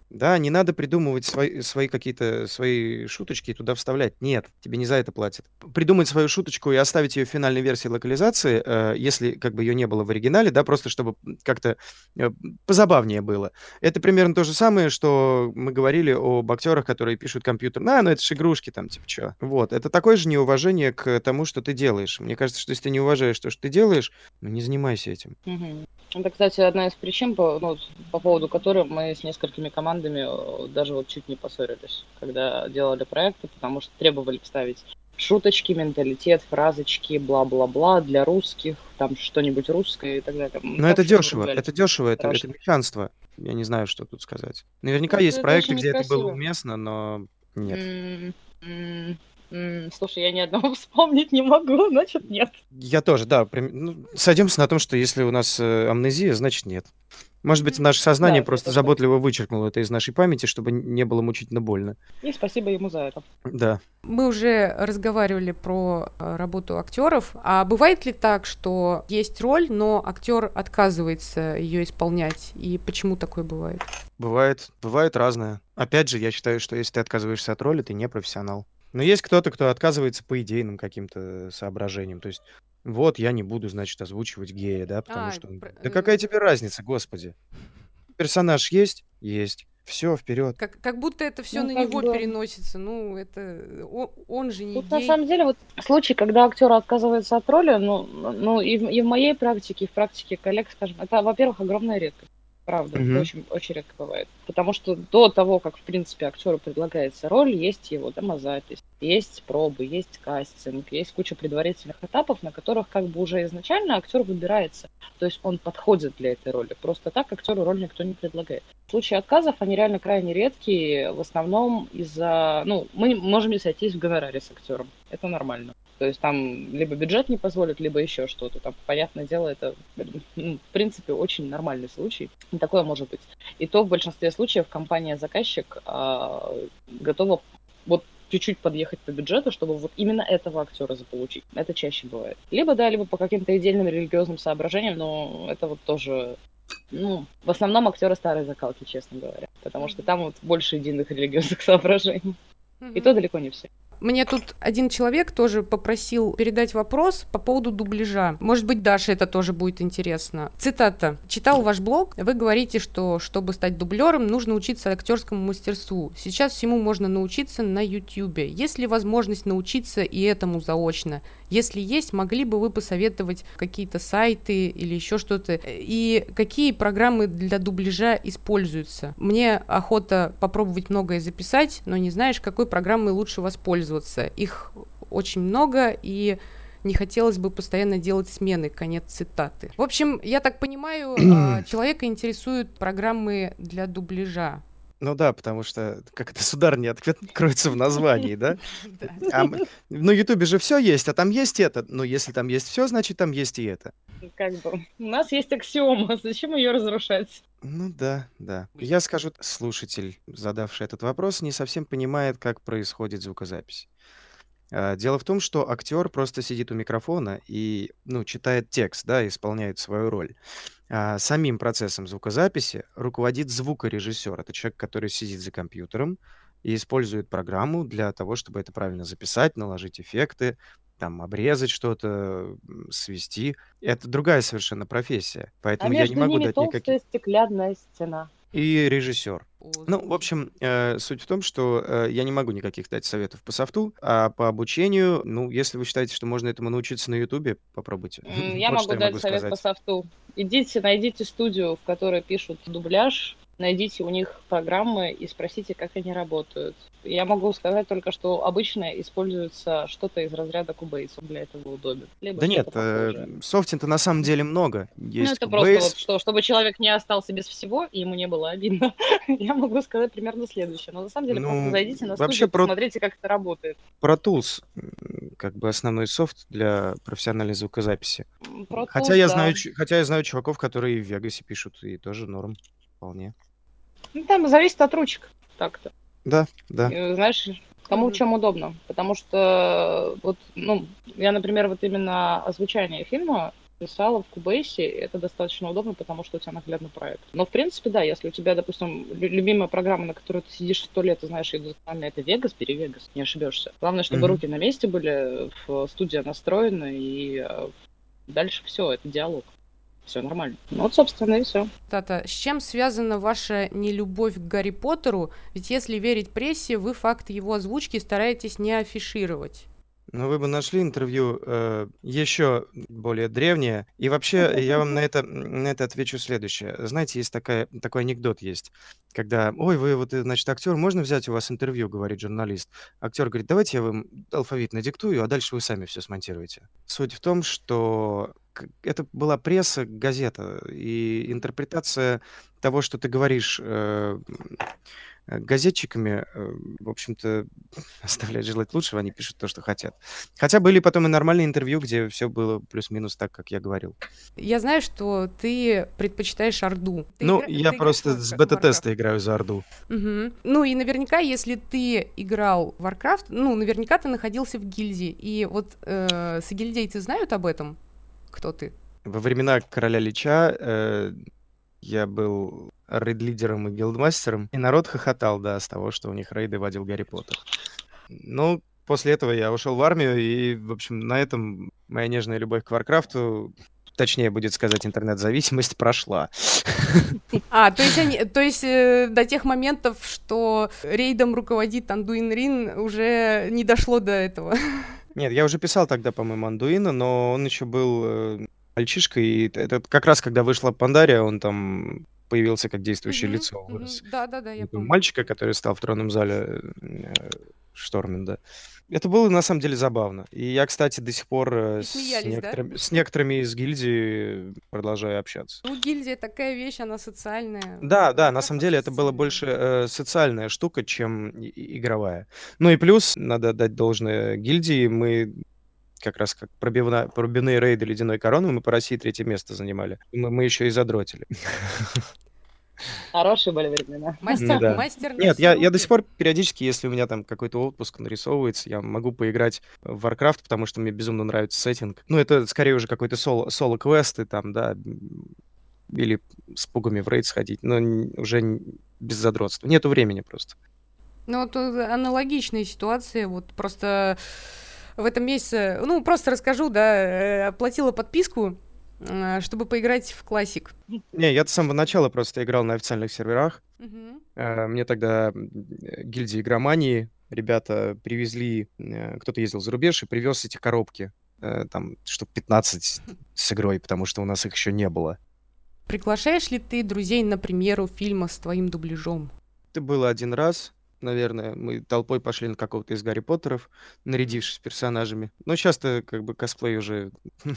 Да, не надо придумывать свои, свои какие-то свои шуточки и туда вставлять. Нет, тебе не за это платят. П- Придумать свою шуточку и оставить ее в финальной версии локализации, э, если как бы ее не было в оригинале, да, просто чтобы м, как-то э, позабавнее было. Это примерно то же самое, что мы говорили об актерах, которые пишут компьютер. А, ну это же игрушки там, типа, чё. Вот, это такое же неуважение к тому, что ты делаешь. Мне кажется, что если ты не уважаешь то, что ты делаешь, ну не занимайся этим. Мгм. Это, кстати, одна из причин, по, ну, по поводу которой мы с несколькими командами э, даже вот чуть не поссорились, когда делали проекты, потому что требовали вставить шуточки, менталитет, фразочки, бла-бла-бла для русских, там что-нибудь русское и так далее. Мы Но так это все дешево, выругались. это дешево, это, это Страшно. мещанство. Я не знаю, что тут сказать. Ну, Наверняка это, есть это проекты, очень где это было некрасиво. уместно, но нет. М, м, м, Слушай, я ни одного вспомнить не могу, значит, нет. Я тоже, да. прям- ну, сойдемся на том, что если у нас э, амнезия, значит нет. Может быть, Мгм. наше сознание Да, я просто тоже так. заботливо вычеркнуло это из нашей памяти, чтобы не было мучительно больно. И спасибо ему за это. Да. Мы уже разговаривали про э, работу актеров. А бывает ли так, что есть роль, но актер отказывается ее исполнять? И почему такое бывает? Бывает, бывает разное. Опять же, я считаю, что если ты отказываешься от роли, ты не профессионал. Но есть кто-то, кто отказывается по идейным каким-то соображениям. То есть, вот я не буду, значит, озвучивать гея, да, потому А, что... он- пр- Да какая э, тебе разница, господи? Персонаж есть? Есть. Все, вперед. как, как будто это все Ну, на как него бы... переносится. Ну, это о- он же не Тут на гей. самом деле вот случай, когда актер отказывается от роли, ну, ну и, в, и в моей практике, и в практике коллег, скажем, это, во-первых, огромная редкость. Правда, это Мгм. очень, очень редко бывает. Потому что до того, как, в принципе, актеру предлагается роль, есть его домозапись, есть пробы, есть кастинг, есть куча предварительных этапов, на которых как бы уже изначально актер выбирается. То есть он подходит для этой роли. Просто так актеру роль никто не предлагает. Случаи отказов, они реально крайне редкие, в основном из-за... Ну, мы можем не сойтись в гонораре с актером. Это нормально. То есть там либо бюджет не позволит, либо еще что-то. Там, понятное дело, это, ну, в принципе, очень нормальный случай. И такое может быть. И то в большинстве случаев компания-заказчик а, готова вот чуть-чуть подъехать по бюджету, чтобы вот именно этого актера заполучить. Это чаще бывает. Либо, да, либо по каким-то отдельным религиозным соображениям, но это вот тоже... Ну, в основном актеры старой закалки, честно говоря. Потому что там вот больше единых религиозных соображений. И то далеко не все. Мне тут один человек тоже попросил передать вопрос по поводу дубляжа. Может быть, Даше это тоже будет интересно. Цитата. «Читал ваш блог. Вы говорите, что чтобы стать дублером, нужно учиться актерскому мастерству. Сейчас всему можно научиться на Ютьюбе. Есть ли возможность научиться и этому заочно? Если есть, могли бы вы посоветовать какие-то сайты или еще что-то? И какие программы для дубляжа используются? Мне охота попробовать многое записать, но не знаешь, какой программой лучше воспользоваться. Их очень много, и не хотелось бы постоянно делать смены». Конец цитаты. В общем, я так понимаю, а, человека интересуют программы для дубляжа. Ну да, потому что, как это, сударыня, ответ кроется в названии, да? Да. А м- на Ютубе же все есть, а там есть это. Ну, если там есть все, значит, там есть и это. Как бы у нас есть аксиома, зачем ее разрушать? Ну да, да. Я скажу, слушатель, задавший этот вопрос, не совсем понимает, как происходит звукозапись. А, Дело в том, что актер просто сидит у микрофона и, ну, читает текст, да, исполняет свою роль. А самим процессом звукозаписи руководит звукорежиссер. Это человек, который сидит за компьютером и использует программу для того, чтобы это правильно записать, наложить эффекты, там, обрезать что-то, м, свести. Это другая совершенно профессия. А Поэтому я не между могу ними дать никаких... толстая стеклянная стена. И режиссер. О, Ну, в звучит. общем, э, суть в том, что э, я не могу никаких дать советов по софту, а по обучению, ну, если вы считаете, что можно этому научиться на Ютубе, попробуйте. М, Я Вот что могу я дать могу совет по сказать. софту. Идите, найдите студию, в которой пишут дубляж, найдите у них программы и спросите, как они работают. Я могу сказать только, что обычно используется что-то из разряда Cubase, он для этого удобен. Либо Да нет, что-то похожее. э, софтин-то на самом деле много. Ну, Есть это просто вот Cubase. что, чтобы человек не остался без всего, и ему не было обидно. Я могу сказать примерно следующее. Но на самом деле просто Ну, зайдите на вообще студию, Pro, посмотрите, как это работает. Pro Tools м, как бы основной софт для профессиональной звукозаписи. М, Pro Хотя Tools, я знаю, да. ч- хотя я знаю чуваков, которые в Вегасе пишут, и тоже норм вполне. Ну, там зависит от ручек. Так-то. Да, да. И, знаешь, кому Мгм. чем удобно. Потому что вот, ну, я, например, вот именно озвучание фильма писала в Кубейсе, это достаточно удобно, потому что у тебя наглядный проект. Но, в принципе, да, если у тебя, допустим, лю- любимая программа, на которой ты сидишь сто лет и знаешь ее досконально, это Vegas, бери Vegas, не ошибешься. Главное, чтобы Мгм. руки на месте были, в студия настроена, и э, дальше все, это диалог. Все нормально. Ну вот, собственно, и все. Тата, с чем связана ваша нелюбовь к Гарри Поттеру? Ведь если верить прессе, вы факт его озвучки стараетесь не афишировать. Ну, вы бы нашли интервью э, еще более древнее. И вообще, я вам на это, на это отвечу следующее. Знаете, есть такая, такой анекдот есть, когда, ой, вы вот, э, значит, актер, можно взять у вас интервью, говорит журналист. Актер говорит, давайте я вам алфавит надиктую, а дальше вы сами все смонтируете. Суть в том, что к- это была пресса, газета, и интерпретация того, что ты говоришь э, э, газетчиками, э, в общем-то, оставляет желать лучшего, они пишут то, что хотят. Хотя были потом и нормальные интервью, где все было плюс-минус так, как я говорил. Я знаю, что ты предпочитаешь Орду. Ты, Ну, игра- я ты играешь в просто с Warcraft? бета-теста играю за Орду. Мгм. Ну и наверняка, если ты играл в Warcraft, ну, наверняка ты находился в гильдии. И вот э, сагильдейцы знают об этом? Кто ты? Во времена Короля Лича э, я был рейд-лидером и гилдмастером, и народ хохотал, да, с того, что у них рейды водил Гарри Поттер. Ну, после этого я ушел в армию, и, в общем, на этом моя нежная любовь к Варкрафту, точнее будет сказать, интернет-зависимость прошла. А, то есть, они, то есть э, до тех моментов, что рейдом руководит Андуин Рин, уже не дошло до этого. Нет, я уже писал тогда, по-моему, Андуина, но он еще был э, мальчишкой, и это как раз когда вышла Пандария, он там появился как действующее Мгм, лицо. мгм. С Да-да-да, я этого помню. мальчика, который стал в тронном зале э, Шторминда. Это было на самом деле забавно. И я, кстати, до сих пор э, И с смеялись, да? некоторыми, с некоторыми из гильдии продолжаю общаться. Ну, гильдия такая вещь, она социальная. Да, да, на Warcraft самом тоже деле это было социальная. больше э, социальная штука, чем и- и- игровая. Ну и плюс, надо отдать должное гильдии, мы как раз как пробивна- пробивные рейды Ледяной Короны, мы по России третье место занимали. Мы, мы еще и задротили. Хорошие были времена. Мастер, Да. мастер на Нет, все я, я до руки. сих пор периодически, если у меня там какой-то отпуск нарисовывается, я могу поиграть в Warcraft, потому что мне безумно нравится сеттинг. Ну, это скорее уже какой-то соло, соло-квесты там, да, м, или с пугами в рейд сходить, но н- уже н- без задротства. Нету времени просто. Ну, вот э, аналогичная ситуация. Вот просто в этом месяце, ну, просто расскажу, да, э, оплатила подписку, э, чтобы поиграть в классик. Не, я с самого начала просто играл на официальных серверах. Мгм. Э, Мне тогда м, э, гильдия игромании, ребята привезли, э, кто-то ездил за рубеж и привез эти коробки, э, там штук пятнадцать с игрой, потому что у нас их еще не было. Приглашаешь ли ты друзей на премьеру фильма с твоим дубляжом? Это было один раз, наверное. Мы толпой пошли на какого-то из Гарри Поттеров, нарядившись персонажами. Но сейчас-то как бы косплей уже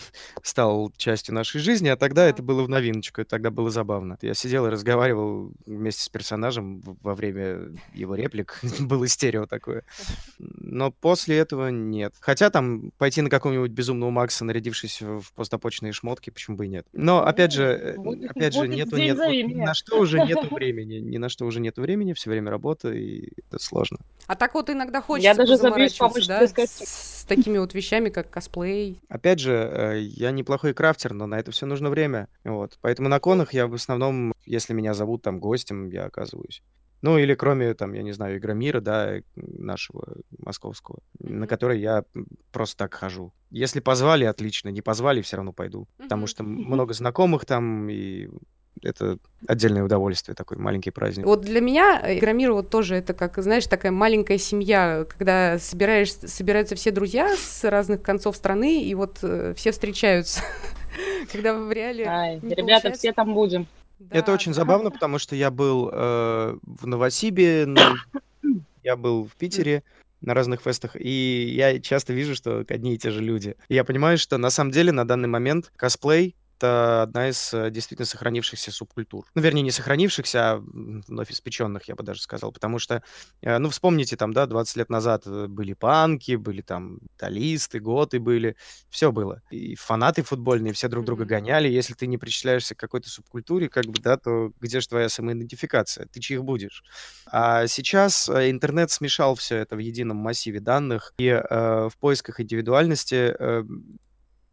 стал частью нашей жизни, а тогда Да. это было в новиночку, и тогда было забавно. Я сидел и разговаривал вместе с персонажем в- во время его реплик. Было стерео такое. Но после этого нет. Хотя там пойти на какого-нибудь безумного Макса, нарядившись в в постапочные шмотки, почему бы и нет. Но опять же, э, Ну, будет, опять же, будет нету, день, нет, вот зови ни меня. на что уже нету времени, ни на что уже нету времени, все время работа, и это сложно. А так вот иногда Я хочется даже забьюсь позаморачиваться, помочь да, тебе искать. с, с такими вот вещами, как косплей. Опять же, э, я неплохой крафтер, но на это все нужно время. Вот. Поэтому на конах я в основном, если меня зовут там гостем, я оказываюсь. Ну, или кроме, там, я не знаю, Игромира, да, э, нашего московского, на Мгм. который я м, просто так хожу. Если позвали, отлично, не позвали, все равно пойду. Потому Мгм. что м- много знакомых там, и это отдельное удовольствие, такой маленький праздник. Вот для меня э, Игромир вот тоже это как, знаешь, такая маленькая семья, когда собираешь, собираются все друзья с разных концов страны, и вот э, все встречаются. Когда в реале Ай, не ребята, получается. все там будем. Это Да, очень да. забавно, потому что я был э, в Новосибе, ну, я был в Питере на разных фестах, и я часто вижу, что одни и те же люди. И я понимаю, что на самом деле на данный момент косплей — это одна из э, действительно сохранившихся субкультур. Ну, вернее, не сохранившихся, а м, вновь испеченных, я бы даже сказал. Потому что, э, ну, вспомните, там, да, двадцать лет назад э, были панки, были там металлисты, готы были, все было. И фанаты футбольные, все друг друга Мгм. гоняли. Если ты не причисляешься к какой-то субкультуре, как бы, да, то где же твоя самоидентификация? Ты чьих будешь? А сейчас э, интернет смешал все это в едином массиве данных, и э, в поисках индивидуальности э,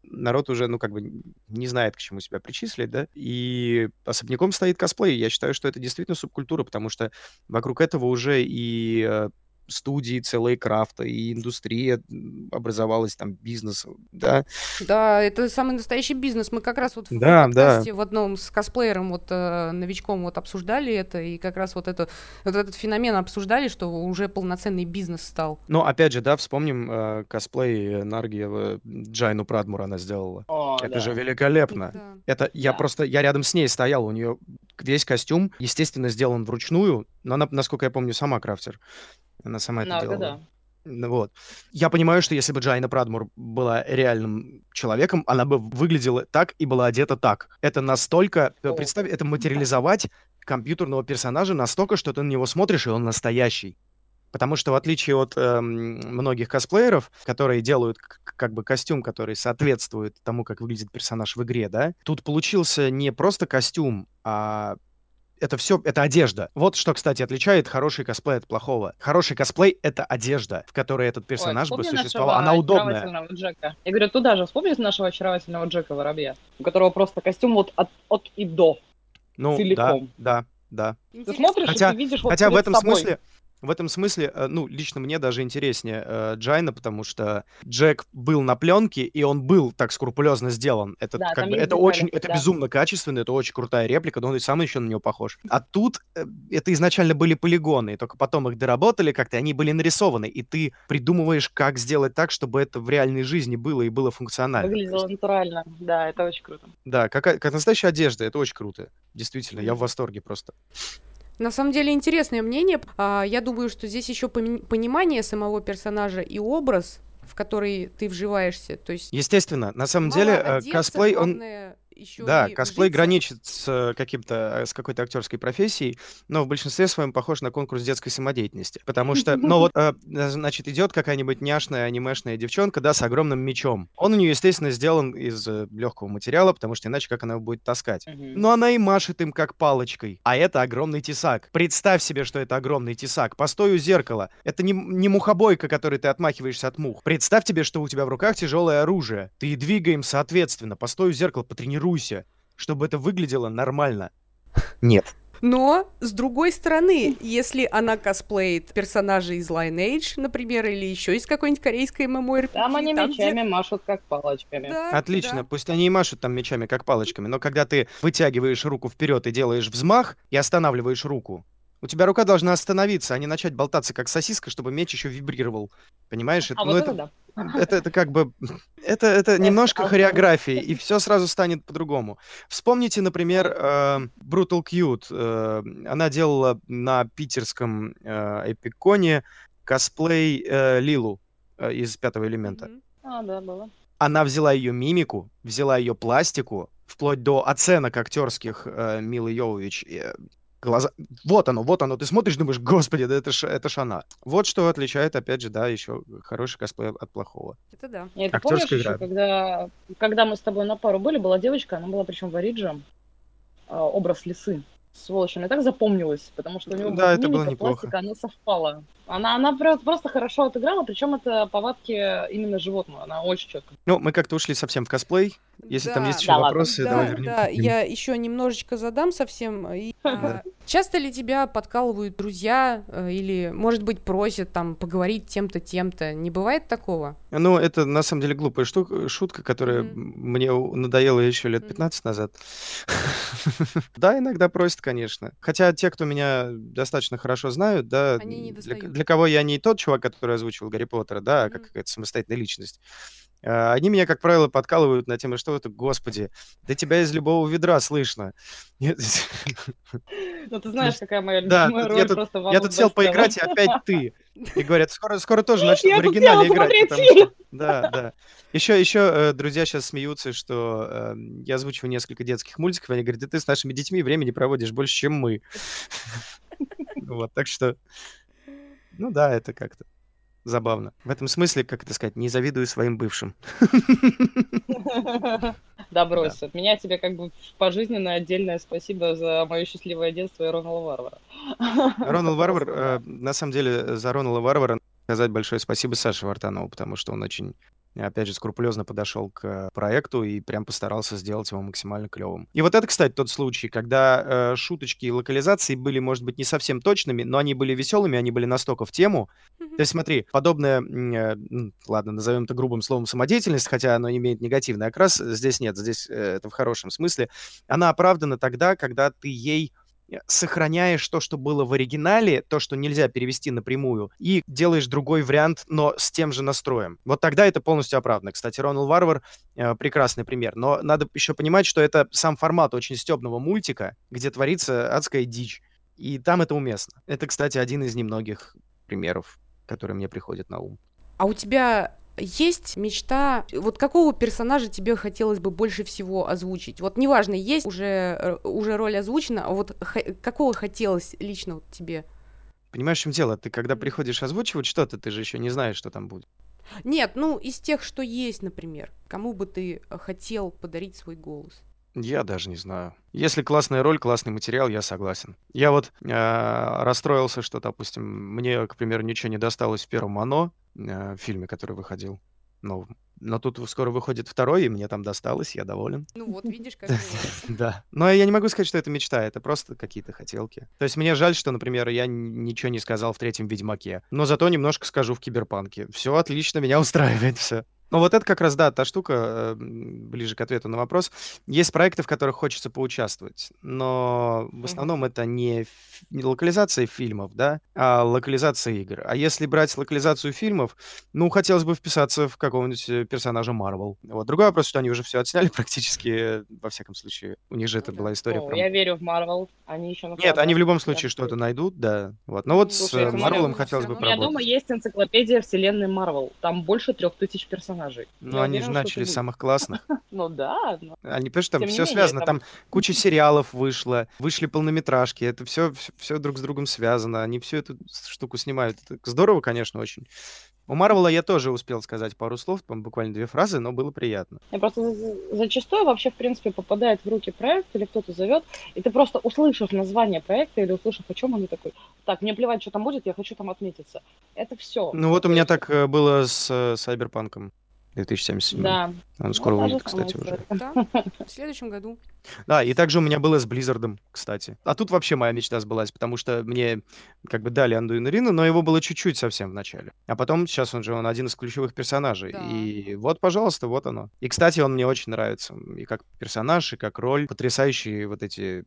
народ уже, ну, как бы не знает, к чему себя причислить, да, и особняком стоит косплей. Я считаю, что это действительно субкультура, потому что вокруг этого уже и э, студии целые крафта, и индустрия м, образовалась, там, бизнес, да. Да, это самый настоящий бизнес. Мы как раз вот в Да, да. подкасте в одном с косплеером, вот э, новичком вот обсуждали это, и как раз вот, это, вот этот феномен обсуждали, что уже полноценный бизнес стал. Но опять же, да, вспомним э, косплей Наргиева, Джайну Прадмур она сделала. О, Это да. же великолепно. Да. Это я Да. просто, я рядом с ней стоял, у нее весь костюм, естественно, сделан вручную, но она, насколько я помню, сама крафтер. Она сама это Нарго, делала. да. Ну вот. Я понимаю, что если бы Джайна Прадмур была реальным человеком, она бы выглядела так и была одета так. Это настолько... э, О. Представь, это материализовать компьютерного персонажа настолько, что ты на него смотришь, и он настоящий. Потому что в отличие от эм, многих косплееров, которые делают к- как бы костюм, который соответствует тому, как выглядит персонаж в игре, да, тут получился не просто костюм, а это все, это одежда. Вот что, кстати, отличает хороший косплей от плохого. Хороший косплей — это одежда, в которой этот Ой, персонаж бы вспомни существовал. нашего Она удобная. очаровательного Джека. Я говорю, туда же вспомни нашего очаровательного Джека Воробья, у которого просто костюм вот от, от и до, Ну, да, целиком. да, да. Ты Интересно. смотришь, и Хотя, ты видишь вот хотя в перед этом собой. смысле, в этом смысле, э, ну, лично мне даже интереснее э, Джайна, потому что Джек был на пленке, и он был так скрупулезно сделан. Это Да, как там бы, есть это детали, очень, это да. безумно качественно, это очень крутая реплика, но он и сам еще на него похож. А тут э, это изначально были полигоны, и только потом их доработали как-то, и они были нарисованы, и ты придумываешь, как сделать так, чтобы это в реальной жизни было и было функционально. То Выглядело есть, натурально. Да, это очень круто. да, как, как настоящая одежда, это очень круто. Действительно, я в Мгм. восторге просто. На самом деле интересное мнение. А, Я думаю, что здесь еще поми- понимание самого персонажа и образ, в который ты вживаешься. То есть Естественно, на самом мало деле э, одеться, косплей, он, главное еще да, и косплей вжиться. граничит с э, каким-то, э, с какой-то актерской профессией, но в большинстве своем похож на конкурс детской самодеятельности. Потому что, ну вот, э, э, значит, идет какая-нибудь няшная анимешная девчонка, да, с огромным мечом. Он у нее, естественно, сделан из э, легкого материала, потому что иначе как она его будет таскать? Мгм. Но она и машет им как палочкой. А это огромный тесак. Представь себе, что это огромный тесак. Постой у зеркала. Это не, м- не мухобойка, которой ты отмахиваешься от мух. Представь тебе, что у тебя в руках тяжелое оружие. Ты и двигай им соответственно. Постой у зеркала, потренируйся, чтобы это выглядело нормально. Нет. Но, с другой стороны, если она косплеит персонажей из Lineage, например, или еще из какой-нибудь корейской MMORPG, Там они там, где- мечами машут как палочками. Да, Отлично, да. пусть они и машут там мечами, как палочками, но когда ты вытягиваешь руку вперед и делаешь взмах, и останавливаешь руку, у тебя рука должна остановиться, а не начать болтаться как сосиска, чтобы меч еще вибрировал. Понимаешь? Это, А ну, вот это, это да. это, это как бы... Это, это Эх, немножко а- хореографии, и все сразу станет по-другому. Вспомните, например, э, Brutal Cute. э, Она делала на питерском э, Эпиконе косплей э, Лилу э, из «Пятого элемента». Мгм. А, да, было. Она взяла ее мимику, взяла ее пластику, вплоть до оценок актерских э, Милы Йовович. э, глаза... Вот оно, вот оно. Ты смотришь, думаешь, господи, да это ж, это ж она. Вот что отличает, опять же, да, еще хороший косплей от плохого. Это да. И ты помнишь Актерская еще, игра. когда, когда мы с тобой на пару были, была девочка, она была причем в Ориджи, а, образ лисы. Сволочь, мне так запомнилась, потому что у нее Да, вот это было мимика, неплохо. пластика, она совпала. Она, она про- просто хорошо отыграла, причем это повадки именно животного, она очень четко. Ну, мы как-то ушли совсем в косплей. Если там Да. есть еще Да ладно. вопросы, Да, давай вернемся да, к ним. я еще немножечко задам совсем. И, Да. а, часто ли тебя подкалывают друзья э, или, может быть, просят там поговорить тем-то, тем-то? Не бывает такого? Ну, это на самом деле глупая штука, шутка, которая Мгм. м- мне у- надоела еще лет Мгм. пятнадцать назад. Да, иногда просят, конечно. Хотя те, кто меня достаточно хорошо знают, да, Они не для, достают. для кого я не тот чувак, который озвучивал Гарри Поттера, да, а Мгм. как какая-то самостоятельная личность. А, Они меня, как правило, подкалывают на тему, что это, господи, да тебя из любого ведра слышно. Нет, Ну, ты знаешь, какая моя Да, любимая тут я роль тут, просто я в тут сел Бастела. поиграть, и опять ты. И говорят, скоро, скоро тоже начну в Я тут оригинале села играть, смотреть потому что... фильм. Да, да. Еще, еще э, друзья сейчас смеются, что э, я озвучиваю несколько детских мультиков, и они говорят, да ты с нашими детьми времени проводишь больше, чем мы. Вот, так что, ну да, это как-то забавно. В этом смысле, как это сказать, не завидую своим бывшим. Да брось, от меня тебе как бы пожизненное отдельное спасибо за мое счастливое детство и Ронала Варвара. Ронал Это Варвар, просто, э, да. на самом деле, за Ронала Варвара Сказать большое спасибо Саше Вартанову, потому что он очень, опять же, скрупулезно подошел к проекту и прям постарался сделать его максимально клевым. И вот это, кстати, тот случай, когда э, шуточки и локализации были, может быть, не совсем точными, но они были веселыми, они были настолько в тему. То есть смотри, подобная, м, э, м, ладно, назовем это грубым словом, самодеятельность, хотя оно имеет негативный окрас, здесь нет, здесь э, это в хорошем смысле. Она оправдана тогда, когда ты ей э, сохраняешь то, что было в оригинале, то, что нельзя перевести напрямую, и делаешь другой вариант, но с тем же настроем. Вот тогда это полностью оправдано. Кстати, Ронал Варвар э, прекрасный пример. Но надо еще понимать, что это сам формат очень стебного мультика, где творится адская дичь. И там это уместно. Это, кстати, один из немногих примеров, которые мне приходят на ум. А у тебя есть мечта, вот какого персонажа тебе хотелось бы больше всего озвучить? Вот неважно, есть уже, э, уже роль озвучена, а вот х- какого хотелось лично вот тебе? Понимаешь, в чем дело? Ты когда приходишь озвучивать что-то, ты же еще не знаешь, что там будет. Нет, ну из тех, что есть, например, кому бы ты э, хотел подарить свой голос? Я даже не знаю. Если классная роль, классный материал, я согласен. Я вот э, расстроился, что, допустим, мне, к примеру, ничего не досталось в первом «Оно», э, фильме, который выходил новым. Но тут скоро выходит второй, и мне там досталось, я доволен. Ну вот, видишь, как бывает. Да. Но я не могу сказать, что это мечта, это просто какие-то хотелки. То есть мне жаль, что, например, я н- ничего не сказал в третьем «Ведьмаке», но зато немножко скажу в «Киберпанке». Все отлично, меня устраивает все. Ну вот это как раз, да, та штука, э, м, ближе к ответу на вопрос. Есть проекты, в которых хочется поучаствовать, но в основном это не, ф- не локализация фильмов, да, а локализация игр. А если брать локализацию фильмов, ну, хотелось бы вписаться в какого-нибудь э, персонажа Марвел. Вот. Другой вопрос, что они уже все отсняли практически, э, во всяком случае. У них же это Ну была да. история О, про... я верю в Марвел, они еще Нет, они в накладывают. любом Я случае что-то надеюсь. найдут, да. Вот. Но вот Ну, с Слушай, э, у меня, Марвелом все хотелось бы равно у меня дома поработать. есть энциклопедия вселенной Марвел. Там больше трех тысяч персонажей. Но Я они же уверена, что ты начали с будешь. самых классных. Ну да, но Они, понимаешь, там тем не все менее, связано, там там куча сериалов вышло, вышли полнометражки, это все, все друг с другом связано, они всю эту с- штуку снимают. Это здорово, конечно, очень. У Марвела я тоже успел сказать пару слов, там буквально две фразы, но было приятно. я просто за- зачастую вообще, в принципе, попадает в руки проект или кто-то зовет, и ты просто услышав название проекта или услышав, о чем он, такой, так, мне плевать, что там будет, я хочу там отметиться. Это все. Ну вот у То меня есть, так э, было с э, Сайберпанком две тысячи семьдесят седьмым. да, Он ну, скоро та же выйдет, самая кстати, уже. история. Да, в следующем году. Да, и также у меня было с Близзардом, кстати. А тут вообще моя мечта сбылась, потому что мне как бы дали Андуина Рину, но его было чуть-чуть совсем в начале. А потом, сейчас он же он один из ключевых персонажей. Да. И вот, пожалуйста, вот оно. И, кстати, он мне очень нравится. И как персонаж, и как роль. Потрясающие вот эти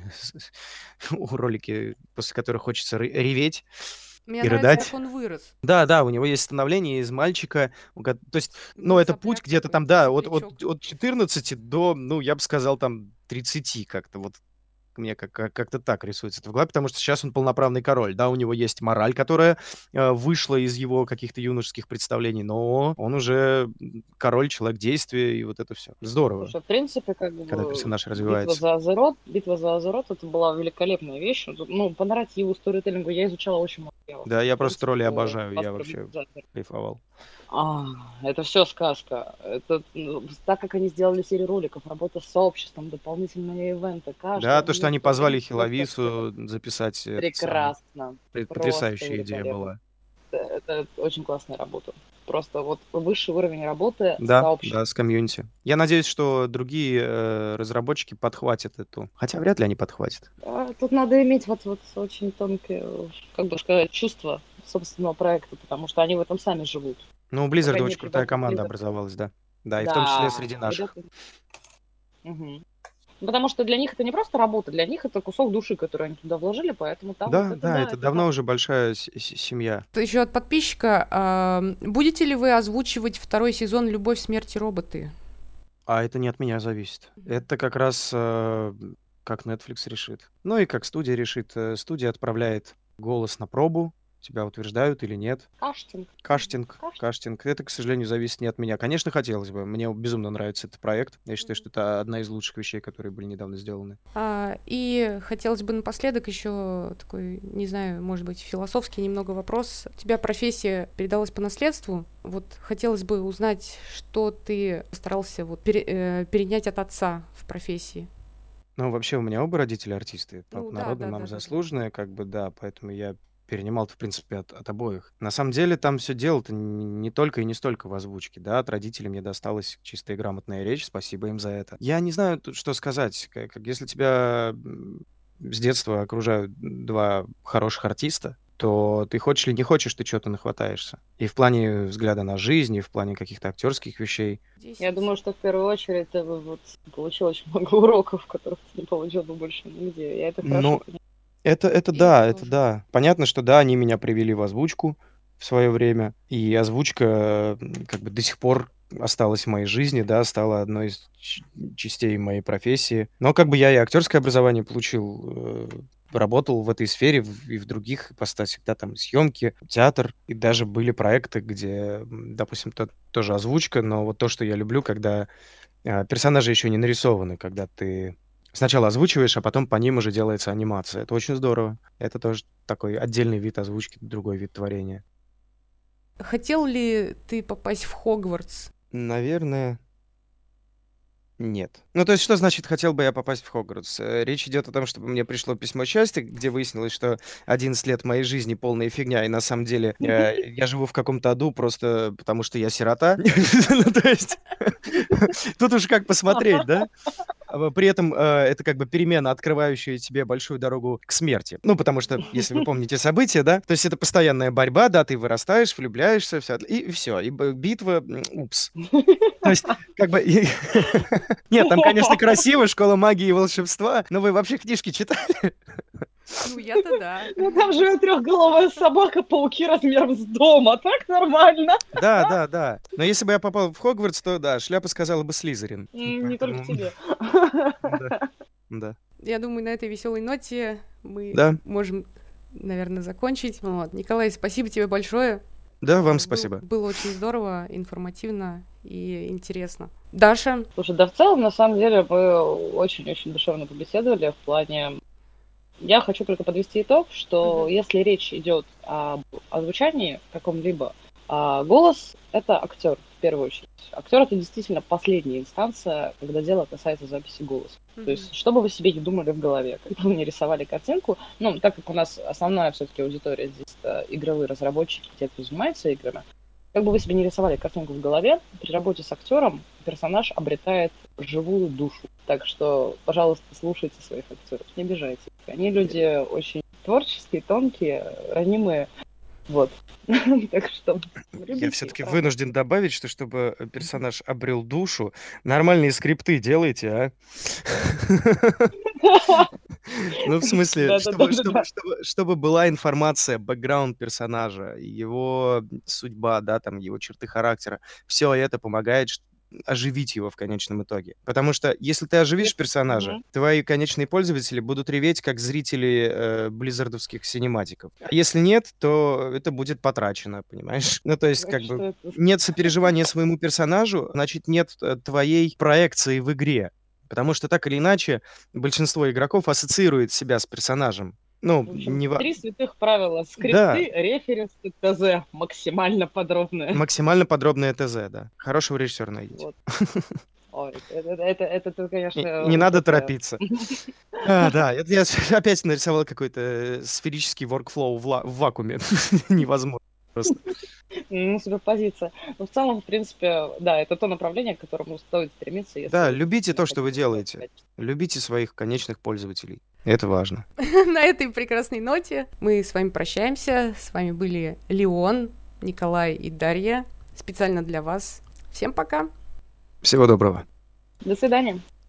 ролики, после которых хочется ре- реветь Мне и нравится, как рыдать. он вырос. Да, да, у него есть становление из мальчика, у ко- то есть, ну, Был это путь сопляк где-то такой, там, да, от, от, соплячок. от четырнадцати до, ну, я бы сказал, там, тридцати как-то, вот мне как- как- как-то так рисуется это в голове, потому что сейчас он полноправный король, да, у него есть мораль, которая э, вышла из его каких-то юношеских представлений, но он уже м, король, человек действия, и вот это все. Здорово, Слушай, в принципе, как когда бы персонаж битва развивается. за Азерот, битва за Азерот, это была великолепная вещь. Ну, по нарративу, сторителлингу я изучала очень много. Да, я В просто принципе, тролли по обожаю, я классике битвы вообще за Азерот. кайфовал. А, это все сказка. Это, ну, так как они сделали серию роликов, работа с сообществом, дополнительные ивенты, каждая Да, то, что они минутка позвали времени просто Хиловису записать этот самый, прекрасно. пре- Просто потрясающая идея великолепно. была. Это, это очень классная работа. Просто вот высший уровень работы с Да, сообществом. да, с комьюнити. Я надеюсь, что другие э, разработчики подхватят эту. Хотя вряд ли они подхватят. А, Тут надо иметь вот, вот очень тонкое, как бы сказать, чувство собственного проекта, потому что они в этом сами живут. Ну, у По Blizzard крайней очень мере, крутая ребята из команда Blizzard. образовалась, да. Да, и в том числе Да, среди наших. ребята. Мгм. Потому что для них это не просто работа, для них это кусок души, который они туда вложили, поэтому там вот Да, это да, да, это это давно так. уже большая с- с- семья. Еще от подписчика. а, Будете ли вы озвучивать второй сезон «Любовь, смерть и роботы»? А это не от меня зависит. Это как раз э, как Netflix решит. Ну и как студия решит. Э, Студия отправляет голос на пробу, тебя утверждают или нет. Каштинг. Каштинг, Каштинг. каштинг. Это, к сожалению, зависит не от меня. Конечно, хотелось бы. Мне безумно нравится этот проект. Я считаю, что это одна из лучших вещей, которые были недавно сделаны. А, И хотелось бы напоследок еще такой, не знаю, может быть, философский немного вопрос. У тебя профессия передалась по наследству. Вот хотелось бы узнать, что ты старался вот пере- э, перенять от отца в профессии. Ну, вообще, у меня оба родителя артисты. Папа Ну да, народный, да, мама да, да, да. заслуженная, как бы, да, поэтому я перенимал, в принципе, от, от обоих. На самом деле там все дело-то не не только и не столько в озвучке, да, от родителей мне досталась чистая и грамотная речь, спасибо им за это. Я не знаю тут, что сказать, как, как если тебя м, с детства окружают два хороших артиста, то ты хочешь или не хочешь, ты что-то нахватаешься. И в плане взгляда на жизнь, и в плане каких-то актерских вещей. Я думаю, что в первую очередь ты бы вот получил очень много уроков, которых ты не получил бы больше нигде. Я это хорошо Ну, понимаю. это, это И да, я это тоже. да. Понятно, что да, они меня привели в озвучку в свое время, и озвучка м, как бы до сих пор осталась в моей жизни, да, стала одной из ч- частей моей профессии. Но как бы я и актерское образование получил, э, работал в этой сфере в- и в других ипостасях, да, там съемки, театр, и даже были проекты, где, м, допустим, то- тоже озвучка, но вот то, что я люблю, когда а, персонажи еще не нарисованы, когда ты сначала озвучиваешь, а потом по ним уже делается анимация. Это очень здорово. Это тоже такой отдельный вид озвучки, другой вид творения. Хотел ли ты попасть в Хогвартс? Наверное, нет. Ну, то есть, что значит хотел бы я попасть в Хогвартс? Э, Речь идет о том, чтобы мне пришло письмо счастья, где выяснилось, что одиннадцать лет моей жизни полная фигня, и на самом деле э, я живу в каком-то аду просто потому, что я сирота. Ну, то есть, тут уж как посмотреть, да? А, При этом э, это как бы перемена, открывающая тебе большую дорогу к смерти. Ну, потому что, если вы помните события, да, то есть это постоянная борьба, да, ты вырастаешь, влюбляешься, все, и все, и б- битва, м, упс. То есть, как бы... и- Нет, там, конечно, красиво, школа магии и волшебства, но вы вообще книжки читали? Ну, я-то да. Ну там живет трехголовая собака, пауки размером с дом, а так нормально. Да, да, да. Но если бы я попал в Хогвартс, то да, шляпа сказала бы Слизерин. М, Не только Поэтому, тебе. да, да. Я думаю, на этой веселой ноте мы Да, можем, наверное, закончить. Вот. Николай, спасибо тебе большое. да, вам Был, спасибо. было очень здорово, информативно и интересно. Даша, Слушай, да в целом, на самом деле, мы очень-очень душевно побеседовали в плане... Я хочу только подвести итог, что Мгм. если речь идет об озвучании каком-либо, а, голос — это актер в первую очередь. Актер — это действительно последняя инстанция, когда дело касается записи голоса. То Мгм. есть, что бы вы себе не думали в голове, когда вы не рисовали картинку, ну, так как у нас основная все-таки аудитория здесь это игровые разработчики, те, кто занимается играми, как бы вы себе не рисовали картинку в голове, при работе с актером персонаж обретает живую душу. Так что, пожалуйста, слушайте своих актеров, не обижайте их. Они люди очень творческие, тонкие, ранимые. Вот. Так что Я любите все-таки их, правда. вынужден добавить, что чтобы э, персонаж обрел душу, нормальные скрипты делайте, а? Ну, в смысле, чтобы, чтобы, Да-да-да-да-да. чтобы, чтобы была информация, бэкграунд персонажа, его судьба, да, там, его черты характера. Все это помогает ш- оживить его в конечном итоге. Потому что если ты оживишь персонажа, Мгм. твои конечные пользователи будут реветь, как зрители э, близзардовских синематиков. А если нет, то это будет потрачено, понимаешь? Ну, то есть, Так как бы, что это... нет сопереживания своему персонажу, значит, нет э, твоей проекции в игре. Потому что так или иначе большинство игроков ассоциирует себя с персонажем. Ну, В общем, не во... три святых правила. Да, Скрипты, референсы, ТЗ. Максимально подробные. максимально подробное ТЗ, да. Хорошего режиссера найдите. Вот. Ой, это, это, это, это, это, И, конечно, и не надо утопия. торопиться. А, да, это я опять нарисовал какой-то э, сферический workflow в, ла- в вакууме. Невозможно просто. Ну, суперпозиция. Но в целом, в принципе, да, это то направление, к которому стоит стремиться, если Да, вы любите действительно то, что вы хотите делать делаете. качественно. Любите своих конечных пользователей. Это важно. на этой прекрасной ноте мы с вами прощаемся. С вами были Леон, Николай и Дарья. Специально для вас. Всем пока! Всего доброго. До свидания.